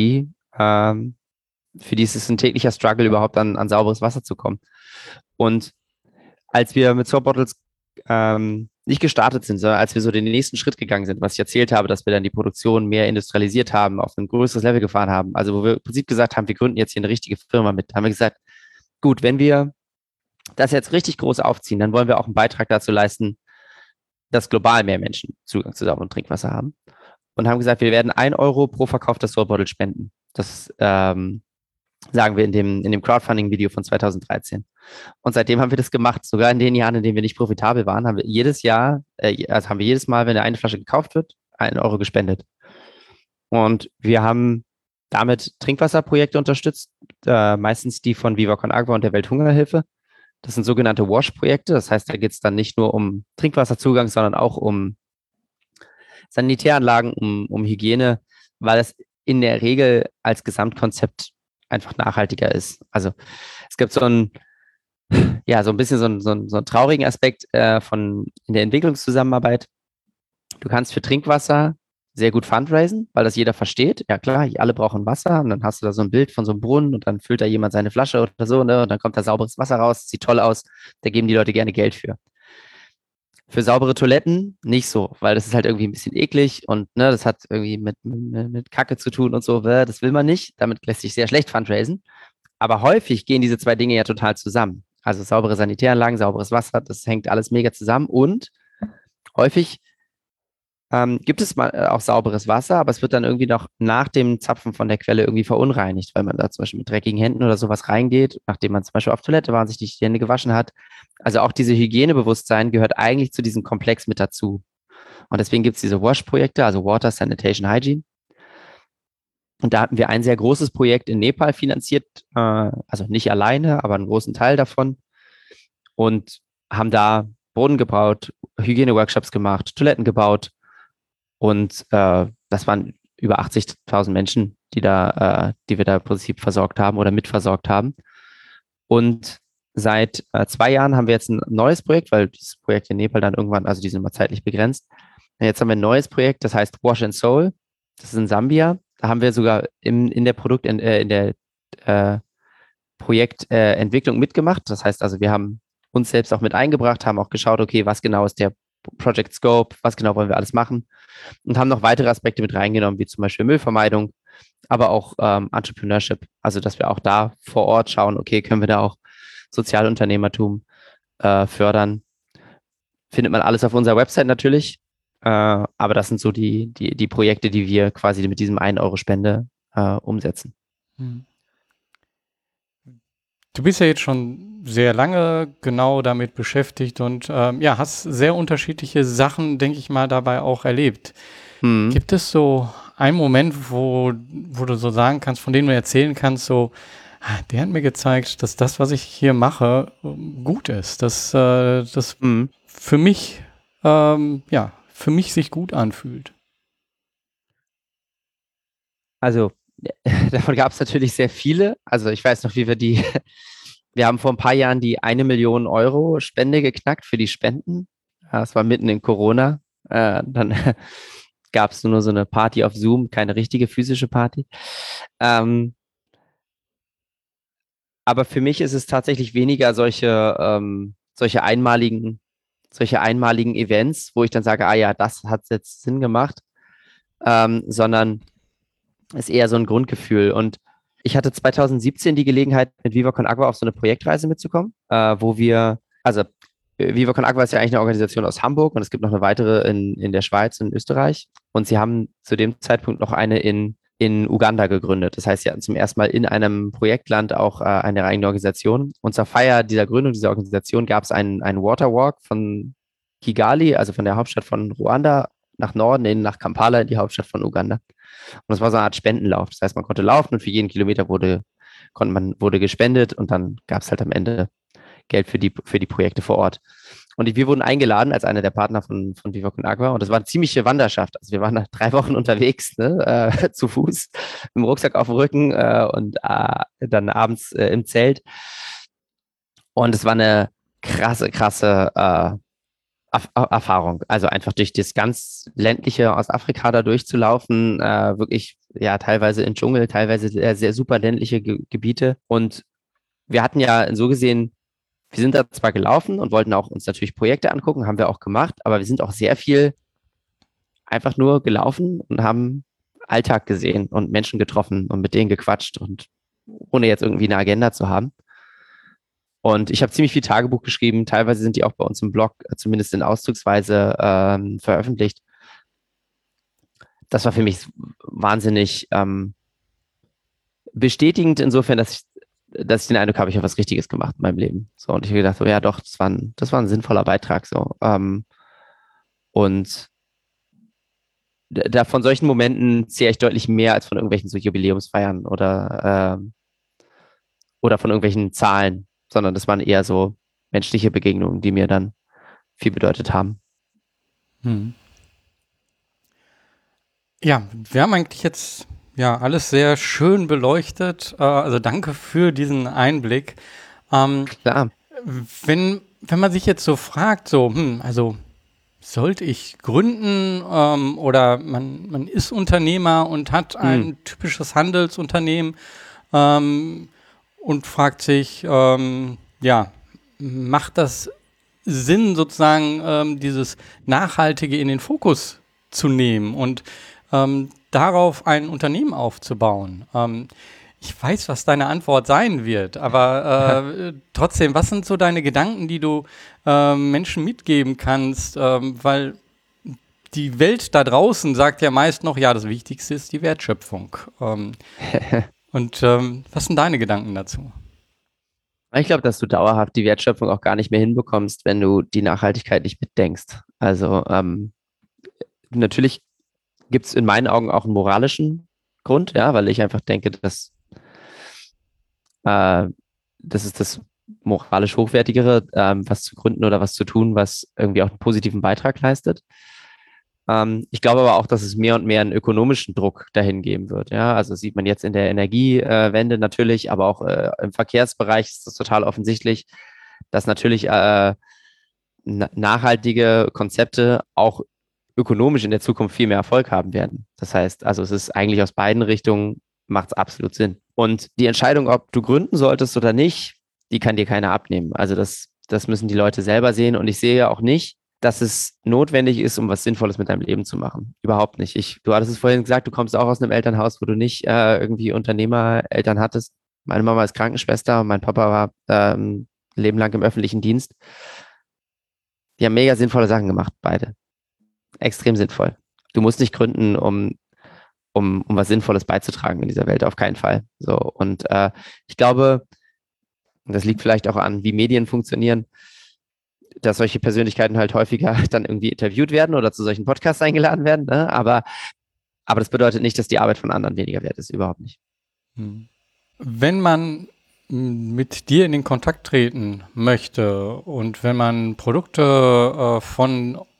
B: für die ist es ein täglicher Struggle, überhaupt an sauberes Wasser zu kommen. Und als wir mit Soap Bottles nicht gestartet sind, sondern als wir so den nächsten Schritt gegangen sind, was ich erzählt habe, dass wir dann die Produktion mehr industrialisiert haben, auf ein größeres Level gefahren haben, also wo wir im Prinzip gesagt haben, wir gründen jetzt hier eine richtige Firma mit, haben wir gesagt, gut, wenn wir das jetzt richtig groß aufziehen, dann wollen wir auch einen Beitrag dazu leisten, dass global mehr Menschen Zugang zu sauberem Trinkwasser haben. Und haben gesagt, wir werden 1 Euro pro verkauftes Soap Bottle spenden. Das sagen wir in dem Crowdfunding-Video von 2013. Und seitdem haben wir das gemacht. Sogar in den Jahren, in denen wir nicht profitabel waren, haben wir jedes Mal, wenn eine Flasche gekauft wird, 1 Euro gespendet. Und wir haben damit Trinkwasserprojekte unterstützt, meistens die von Viva Con Agua und der Welthungerhilfe. Das sind sogenannte WASH-Projekte. Das heißt, da geht es dann nicht nur um Trinkwasserzugang, sondern auch um Sanitäranlagen, um Hygiene, weil es in der Regel als Gesamtkonzept einfach nachhaltiger ist. Also es gibt so ein bisschen so einen traurigen Aspekt in der Entwicklungszusammenarbeit. Du kannst für Trinkwasser sehr gut fundraisen, weil das jeder versteht. Ja klar, alle brauchen Wasser und dann hast du da so ein Bild von so einem Brunnen und dann füllt da jemand seine Flasche oder so, ne? Und dann kommt da sauberes Wasser raus, sieht toll aus, da geben die Leute gerne Geld für. Für saubere Toiletten nicht so, weil das ist halt irgendwie ein bisschen eklig und ne, das hat irgendwie mit Kacke zu tun und so, das will man nicht. Damit lässt sich sehr schlecht fundraisen. Aber häufig gehen diese zwei Dinge ja total zusammen. Also saubere Sanitäranlagen, sauberes Wasser, das hängt alles mega zusammen und häufig gibt es mal auch sauberes Wasser, aber es wird dann irgendwie noch nach dem Zapfen von der Quelle irgendwie verunreinigt, weil man da zum Beispiel mit dreckigen Händen oder sowas reingeht, nachdem man zum Beispiel auf Toilette war und sich nicht die Hände gewaschen hat. Also auch diese Hygienebewusstsein gehört eigentlich zu diesem Komplex mit dazu. Und deswegen gibt es diese WASH-Projekte, also Water, Sanitation, Hygiene. Und da hatten wir ein sehr großes Projekt in Nepal finanziert, also nicht alleine, aber einen großen Teil davon. Und haben da Boden gebaut, Hygieneworkshops gemacht, Toiletten gebaut. Und das waren über 80.000 Menschen, die wir da im Prinzip versorgt haben oder mitversorgt haben. Und seit 2 Jahren haben wir jetzt ein neues Projekt, weil dieses Projekt in Nepal dann irgendwann, also die sind immer zeitlich begrenzt. Und jetzt haben wir ein neues Projekt, das heißt Wash and Soul. Das ist in Sambia. Da haben wir sogar in der Projektentwicklung mitgemacht. Das heißt also, wir haben uns selbst auch mit eingebracht, haben auch geschaut, okay, was genau ist der Project Scope, was genau wollen wir alles machen und haben noch weitere Aspekte mit reingenommen, wie zum Beispiel Müllvermeidung, aber auch Entrepreneurship, also dass wir auch da vor Ort schauen, okay, können wir da auch Sozialunternehmertum fördern. Findet man alles auf unserer Website natürlich, aber das sind so die Projekte, die wir quasi mit diesem 1 Euro Spende umsetzen.
A: Du bist ja jetzt schon sehr lange genau damit beschäftigt und hast sehr unterschiedliche Sachen, denke ich mal, dabei auch erlebt. Gibt es so einen Moment, wo du so sagen kannst, von dem du erzählen kannst, so, der hat mir gezeigt, dass das, was ich hier mache, gut ist, dass das für mich für mich sich gut anfühlt?
B: Also davon gab es natürlich sehr viele. Also ich weiß noch, wir haben vor ein paar Jahren die 1 Million Euro Spende geknackt für die Spenden. Ja, das war mitten in Corona. Dann gab es nur so eine Party auf Zoom, keine richtige physische Party. Ähm, aber für mich ist es tatsächlich weniger solche einmaligen Events, wo ich dann sage, ah ja, das hat jetzt Sinn gemacht, sondern ist eher so ein Grundgefühl. Und ich hatte 2017 die Gelegenheit, mit Viva Con Agua auf so eine Projektreise mitzukommen, Viva Con Agua ist ja eigentlich eine Organisation aus Hamburg und es gibt noch eine weitere in der Schweiz und in Österreich. Und sie haben zu dem Zeitpunkt noch eine in Uganda gegründet. Das heißt, sie hatten zum ersten Mal in einem Projektland auch eine eigene Organisation. Und zur Feier dieser Gründung dieser Organisation gab es einen Waterwalk von Kigali, also von der Hauptstadt von Ruanda, nach Norden, nach Kampala, die Hauptstadt von Uganda. Und das war so eine Art Spendenlauf. Das heißt, man konnte laufen und für jeden Kilometer wurde gespendet und dann gab es halt am Ende Geld für die Projekte vor Ort. Und wir wurden eingeladen als einer der Partner von Viva Con Agua. Und das war eine ziemliche Wanderschaft. Also wir waren nach 3 Wochen unterwegs, ne, zu Fuß, mit dem Rucksack auf dem Rücken und dann abends im Zelt. Und es war eine krasse Erfahrung. Also einfach durch das ganz ländliche Ostafrika da durchzulaufen, wirklich ja teilweise im Dschungel, teilweise sehr, sehr super ländliche Gebiete. Und wir hatten ja so gesehen, wir sind da zwar gelaufen und wollten auch uns natürlich Projekte angucken, haben wir auch gemacht, aber wir sind auch sehr viel einfach nur gelaufen und haben Alltag gesehen und Menschen getroffen und mit denen gequatscht und ohne jetzt irgendwie eine Agenda zu haben. Und ich habe ziemlich viel Tagebuch geschrieben. Teilweise sind die auch bei uns im Blog, zumindest in Auszugsweise, veröffentlicht. Das war für mich wahnsinnig bestätigend insofern, dass ich den Eindruck habe, ich habe was Richtiges gemacht in meinem Leben. So, und ich habe gedacht, so, ja doch, das war ein sinnvoller Beitrag. So. Und von solchen Momenten zähle ich deutlich mehr als von irgendwelchen so Jubiläumsfeiern oder von irgendwelchen Zahlen, sondern das waren eher so menschliche Begegnungen, die mir dann viel bedeutet haben.
A: Ja, wir haben eigentlich jetzt alles sehr schön beleuchtet. Also danke für diesen Einblick.
B: Klar.
A: Wenn man sich jetzt so fragt, also sollte ich gründen oder man ist Unternehmer und hat ein typisches Handelsunternehmen und fragt sich, macht das Sinn, sozusagen dieses Nachhaltige in den Fokus zu nehmen und darauf ein Unternehmen aufzubauen? Ich weiß, was deine Antwort sein wird, aber trotzdem, was sind so deine Gedanken, die du Menschen mitgeben kannst? Weil die Welt da draußen sagt ja meist noch, ja, das Wichtigste ist die Wertschöpfung. Und was sind deine Gedanken dazu?
B: Ich glaube, dass du dauerhaft die Wertschöpfung auch gar nicht mehr hinbekommst, wenn du die Nachhaltigkeit nicht mitdenkst. Also natürlich gibt es in meinen Augen auch einen moralischen Grund, ja, weil ich einfach denke, dass das ist das moralisch Hochwertigere, was zu gründen oder was zu tun, was irgendwie auch einen positiven Beitrag leistet. Ich glaube aber auch, dass es mehr und mehr einen ökonomischen Druck dahin geben wird. Ja, also sieht man jetzt in der Energiewende natürlich, aber auch im Verkehrsbereich ist das total offensichtlich, dass natürlich nachhaltige Konzepte auch ökonomisch in der Zukunft viel mehr Erfolg haben werden. Das heißt, also es ist eigentlich aus beiden Richtungen macht es absolut Sinn. Und die Entscheidung, ob du gründen solltest oder nicht, die kann dir keiner abnehmen. Also das müssen die Leute selber sehen. Und ich sehe ja auch nicht, dass es notwendig ist, um was Sinnvolles mit deinem Leben zu machen. Überhaupt nicht. Du hattest es vorhin gesagt, du kommst auch aus einem Elternhaus, wo du nicht irgendwie Unternehmereltern hattest. Meine Mama ist Krankenschwester und mein Papa war ein Leben lang im öffentlichen Dienst. Die haben mega sinnvolle Sachen gemacht, beide. Extrem sinnvoll. Du musst nicht gründen, um was Sinnvolles beizutragen in dieser Welt, auf keinen Fall. So, und ich glaube, das liegt vielleicht auch an, wie Medien funktionieren, dass solche Persönlichkeiten halt häufiger dann irgendwie interviewt werden oder zu solchen Podcasts eingeladen werden, ne? Aber das bedeutet nicht, dass die Arbeit von anderen weniger wert ist, überhaupt nicht.
A: Wenn man mit dir in den Kontakt treten möchte und wenn man Produkte von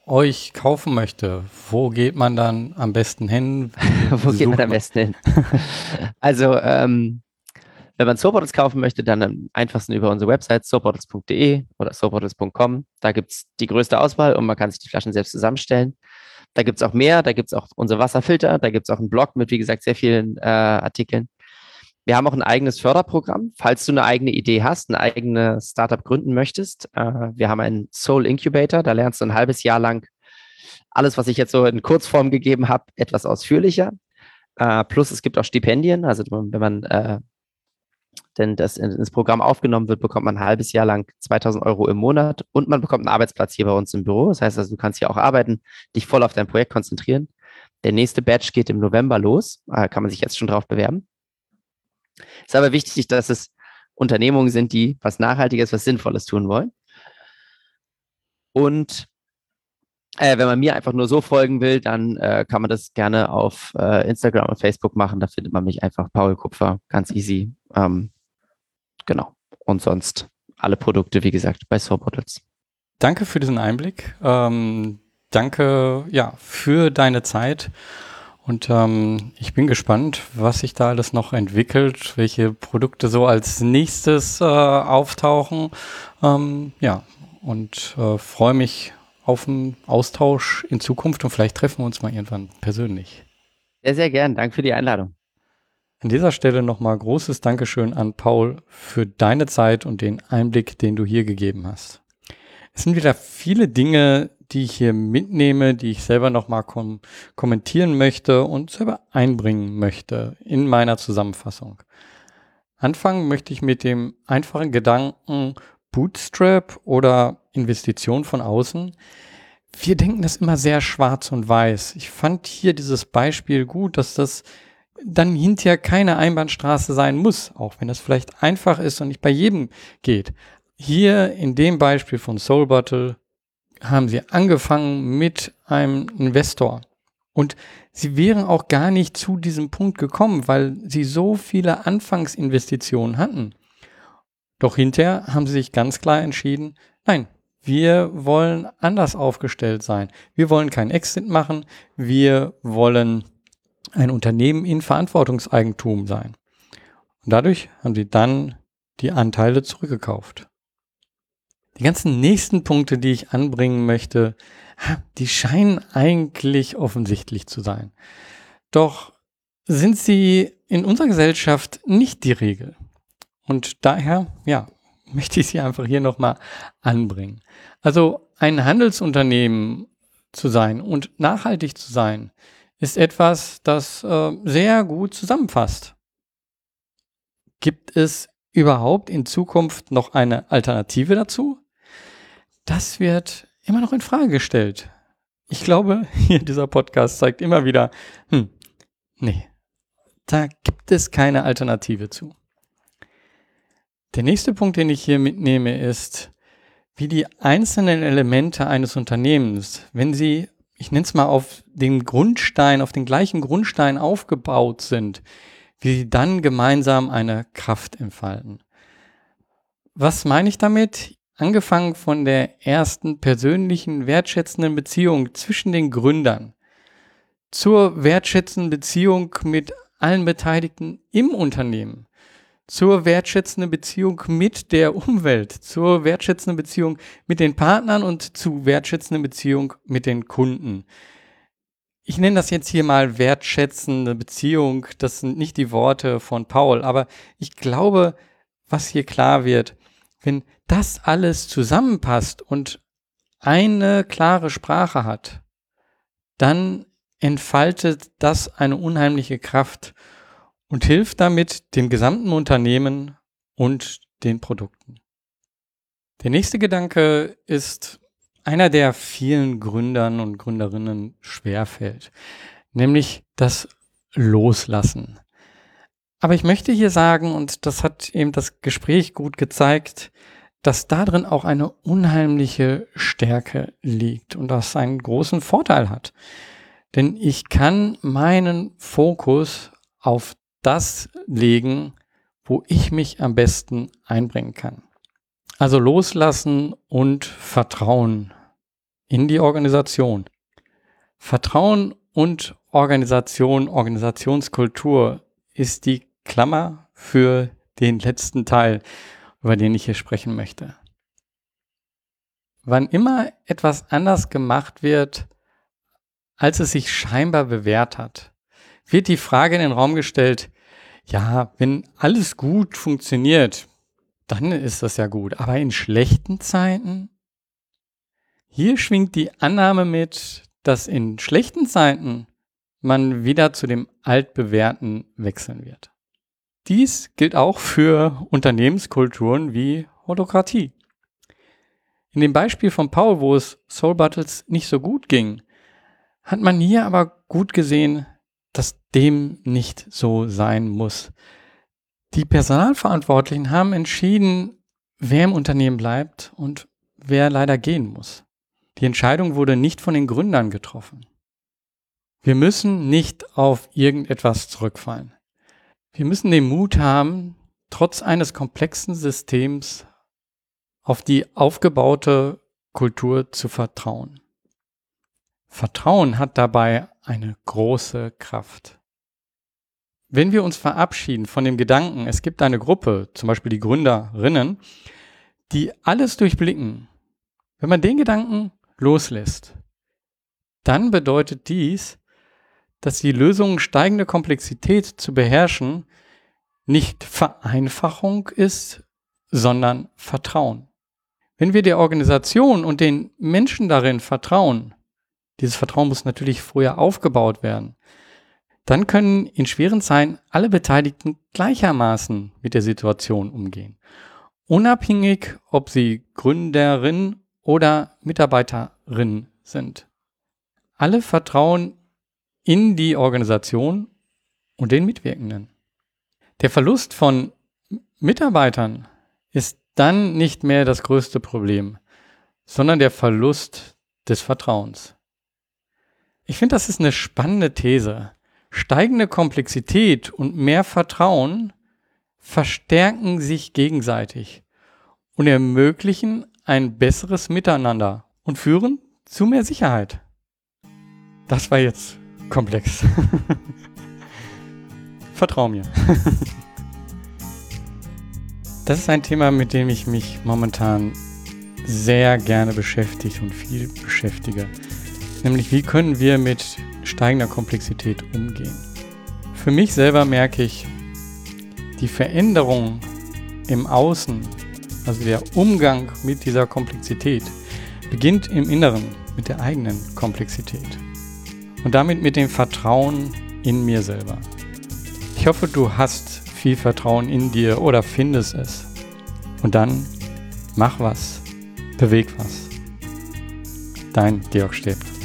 A: euch kaufen möchte, wo geht man dann am besten hin?
B: Wo geht man am besten hin? Also, wenn man Soapbottles kaufen möchte, dann am einfachsten über unsere Website soapbottles.de oder soapbottles.com. Da gibt es die größte Auswahl und man kann sich die Flaschen selbst zusammenstellen. Da gibt es auch mehr, da gibt es auch unsere Wasserfilter, da gibt es auch einen Blog mit, wie gesagt, sehr vielen Artikeln. Wir haben auch ein eigenes Förderprogramm, falls du eine eigene Idee hast, ein eigenes Startup gründen möchtest. Wir haben einen Soul Incubator, da lernst du ein halbes Jahr lang alles, was ich jetzt so in Kurzform gegeben habe, etwas ausführlicher. Plus es gibt auch Stipendien, also wenn man denn das ins Programm aufgenommen wird, bekommt man ein halbes Jahr lang 2.000 € im Monat und man bekommt einen Arbeitsplatz hier bei uns im Büro. Das heißt also, du kannst hier auch arbeiten, dich voll auf dein Projekt konzentrieren. Der nächste Batch geht im November los, kann man sich jetzt schon drauf bewerben. Es ist aber wichtig, dass es Unternehmungen sind, die was Nachhaltiges, was Sinnvolles tun wollen. Und wenn man mir einfach nur so folgen will, dann kann man das gerne auf Instagram und Facebook machen. Da findet man mich einfach Paul Kupfer, ganz easy. Genau. Und sonst alle Produkte, wie gesagt, bei Soapbottles.
A: Danke für diesen Einblick. Danke für deine Zeit. Und ich bin gespannt, was sich da alles noch entwickelt, welche Produkte so als nächstes auftauchen. Und freue mich auf einen Austausch in Zukunft und vielleicht treffen wir uns mal irgendwann persönlich.
B: Sehr, sehr gern. Danke für die Einladung.
A: An dieser Stelle nochmal großes Dankeschön an Paul für deine Zeit und den Einblick, den du hier gegeben hast. Es sind wieder viele Dinge, die ich hier mitnehme, die ich selber nochmal kommentieren möchte und selber einbringen möchte in meiner Zusammenfassung. Anfangen möchte ich mit dem einfachen Gedanken Bootstrap oder Investition von außen. Wir denken das immer sehr schwarz und weiß. Ich fand hier dieses Beispiel gut, dass das dann hinterher keine Einbahnstraße sein muss, auch wenn das vielleicht einfach ist und nicht bei jedem geht. Hier in dem Beispiel von Soulbottle haben sie angefangen mit einem Investor. Und sie wären auch gar nicht zu diesem Punkt gekommen, weil sie so viele Anfangsinvestitionen hatten. Doch hinterher haben sie sich ganz klar entschieden, nein, wir wollen anders aufgestellt sein. Wir wollen keinen Exit machen, wir wollen ein Unternehmen in Verantwortungseigentum sein. Und dadurch haben sie dann die Anteile zurückgekauft. Die ganzen nächsten Punkte, die ich anbringen möchte, die scheinen eigentlich offensichtlich zu sein. Doch sind sie in unserer Gesellschaft nicht die Regel. Und daher, möchte ich sie einfach hier nochmal anbringen. Also ein Handelsunternehmen zu sein und nachhaltig zu sein, ist etwas, das sehr gut zusammenfasst. Gibt es überhaupt in Zukunft noch eine Alternative dazu? Das wird immer noch in Frage gestellt. Ich glaube, hier dieser Podcast zeigt immer wieder, nee, da gibt es keine Alternative zu. Der nächste Punkt, den ich hier mitnehme, ist, wie die einzelnen Elemente eines Unternehmens, wenn sie, ich nenne es mal, auf den gleichen Grundstein aufgebaut sind, wie sie dann gemeinsam eine Kraft entfalten. Was meine ich damit? Angefangen von der ersten persönlichen wertschätzenden Beziehung zwischen den Gründern zur wertschätzenden Beziehung mit allen Beteiligten im Unternehmen, zur wertschätzenden Beziehung mit der Umwelt, zur wertschätzenden Beziehung mit den Partnern und zu wertschätzenden Beziehung mit den Kunden. Ich nenne das jetzt hier mal wertschätzende Beziehung. Das sind nicht die Worte von Paul, aber ich glaube, was hier klar wird, wenn das alles zusammenpasst und eine klare Sprache hat, dann entfaltet das eine unheimliche Kraft und hilft damit dem gesamten Unternehmen und den Produkten. Der nächste Gedanke ist einer, der vielen Gründern und Gründerinnen schwerfällt, nämlich das Loslassen. Aber ich möchte hier sagen, und das hat eben das Gespräch gut gezeigt, dass darin auch eine unheimliche Stärke liegt und das einen großen Vorteil hat. Denn ich kann meinen Fokus auf das legen, wo ich mich am besten einbringen kann. Also loslassen und Vertrauen. in die Organisation. Vertrauen und Organisationskultur ist die Klammer für den letzten Teil, über den ich hier sprechen möchte. Wann immer etwas anders gemacht wird, als es sich scheinbar bewährt hat, wird die Frage in den Raum gestellt, ja, wenn alles gut funktioniert, dann ist das ja gut. Aber in schlechten Zeiten? Hier schwingt die Annahme mit, dass in schlechten Zeiten man wieder zu dem Altbewährten wechseln wird. Dies gilt auch für Unternehmenskulturen wie Holacratie. In dem Beispiel von Paul, wo es Soul Battles nicht so gut ging, hat man hier aber gut gesehen, dass dem nicht so sein muss. Die Personalverantwortlichen haben entschieden, wer im Unternehmen bleibt und wer leider gehen muss. Die Entscheidung wurde nicht von den Gründern getroffen. Wir müssen nicht auf irgendetwas zurückfallen. Wir müssen den Mut haben, trotz eines komplexen Systems auf die aufgebaute Kultur zu vertrauen. Vertrauen hat dabei eine große Kraft. Wenn wir uns verabschieden von dem Gedanken, es gibt eine Gruppe, zum Beispiel die Gründerinnen, die alles durchblicken, wenn man den Gedanken loslässt, dann bedeutet dies, dass die Lösung steigende Komplexität zu beherrschen nicht Vereinfachung ist, sondern Vertrauen. Wenn wir der Organisation und den Menschen darin vertrauen, dieses Vertrauen muss natürlich vorher aufgebaut werden, dann können in schweren Zeiten alle Beteiligten gleichermaßen mit der Situation umgehen. Unabhängig, ob sie Gründerin oder Mitarbeiterin sind. Alle vertrauen in die Organisation und den Mitwirkenden. Der Verlust von Mitarbeitern ist dann nicht mehr das größte Problem, sondern der Verlust des Vertrauens. Ich finde, das ist eine spannende These. Steigende Komplexität und mehr Vertrauen verstärken sich gegenseitig und ermöglichen ein besseres Miteinander und führen zu mehr Sicherheit. Das war jetzt komplex. Vertrau mir. Das ist ein Thema, mit dem ich mich momentan sehr gerne beschäftige und viel beschäftige. Nämlich, wie können wir mit steigender Komplexität umgehen? Für mich selber merke ich, die Veränderung im Außen, also der Umgang mit dieser Komplexität, beginnt im Inneren mit der eigenen Komplexität und damit mit dem Vertrauen in mir selber. Ich hoffe, du hast viel Vertrauen in dir oder findest es. Und dann mach was, beweg was. Dein Georg Stäbler.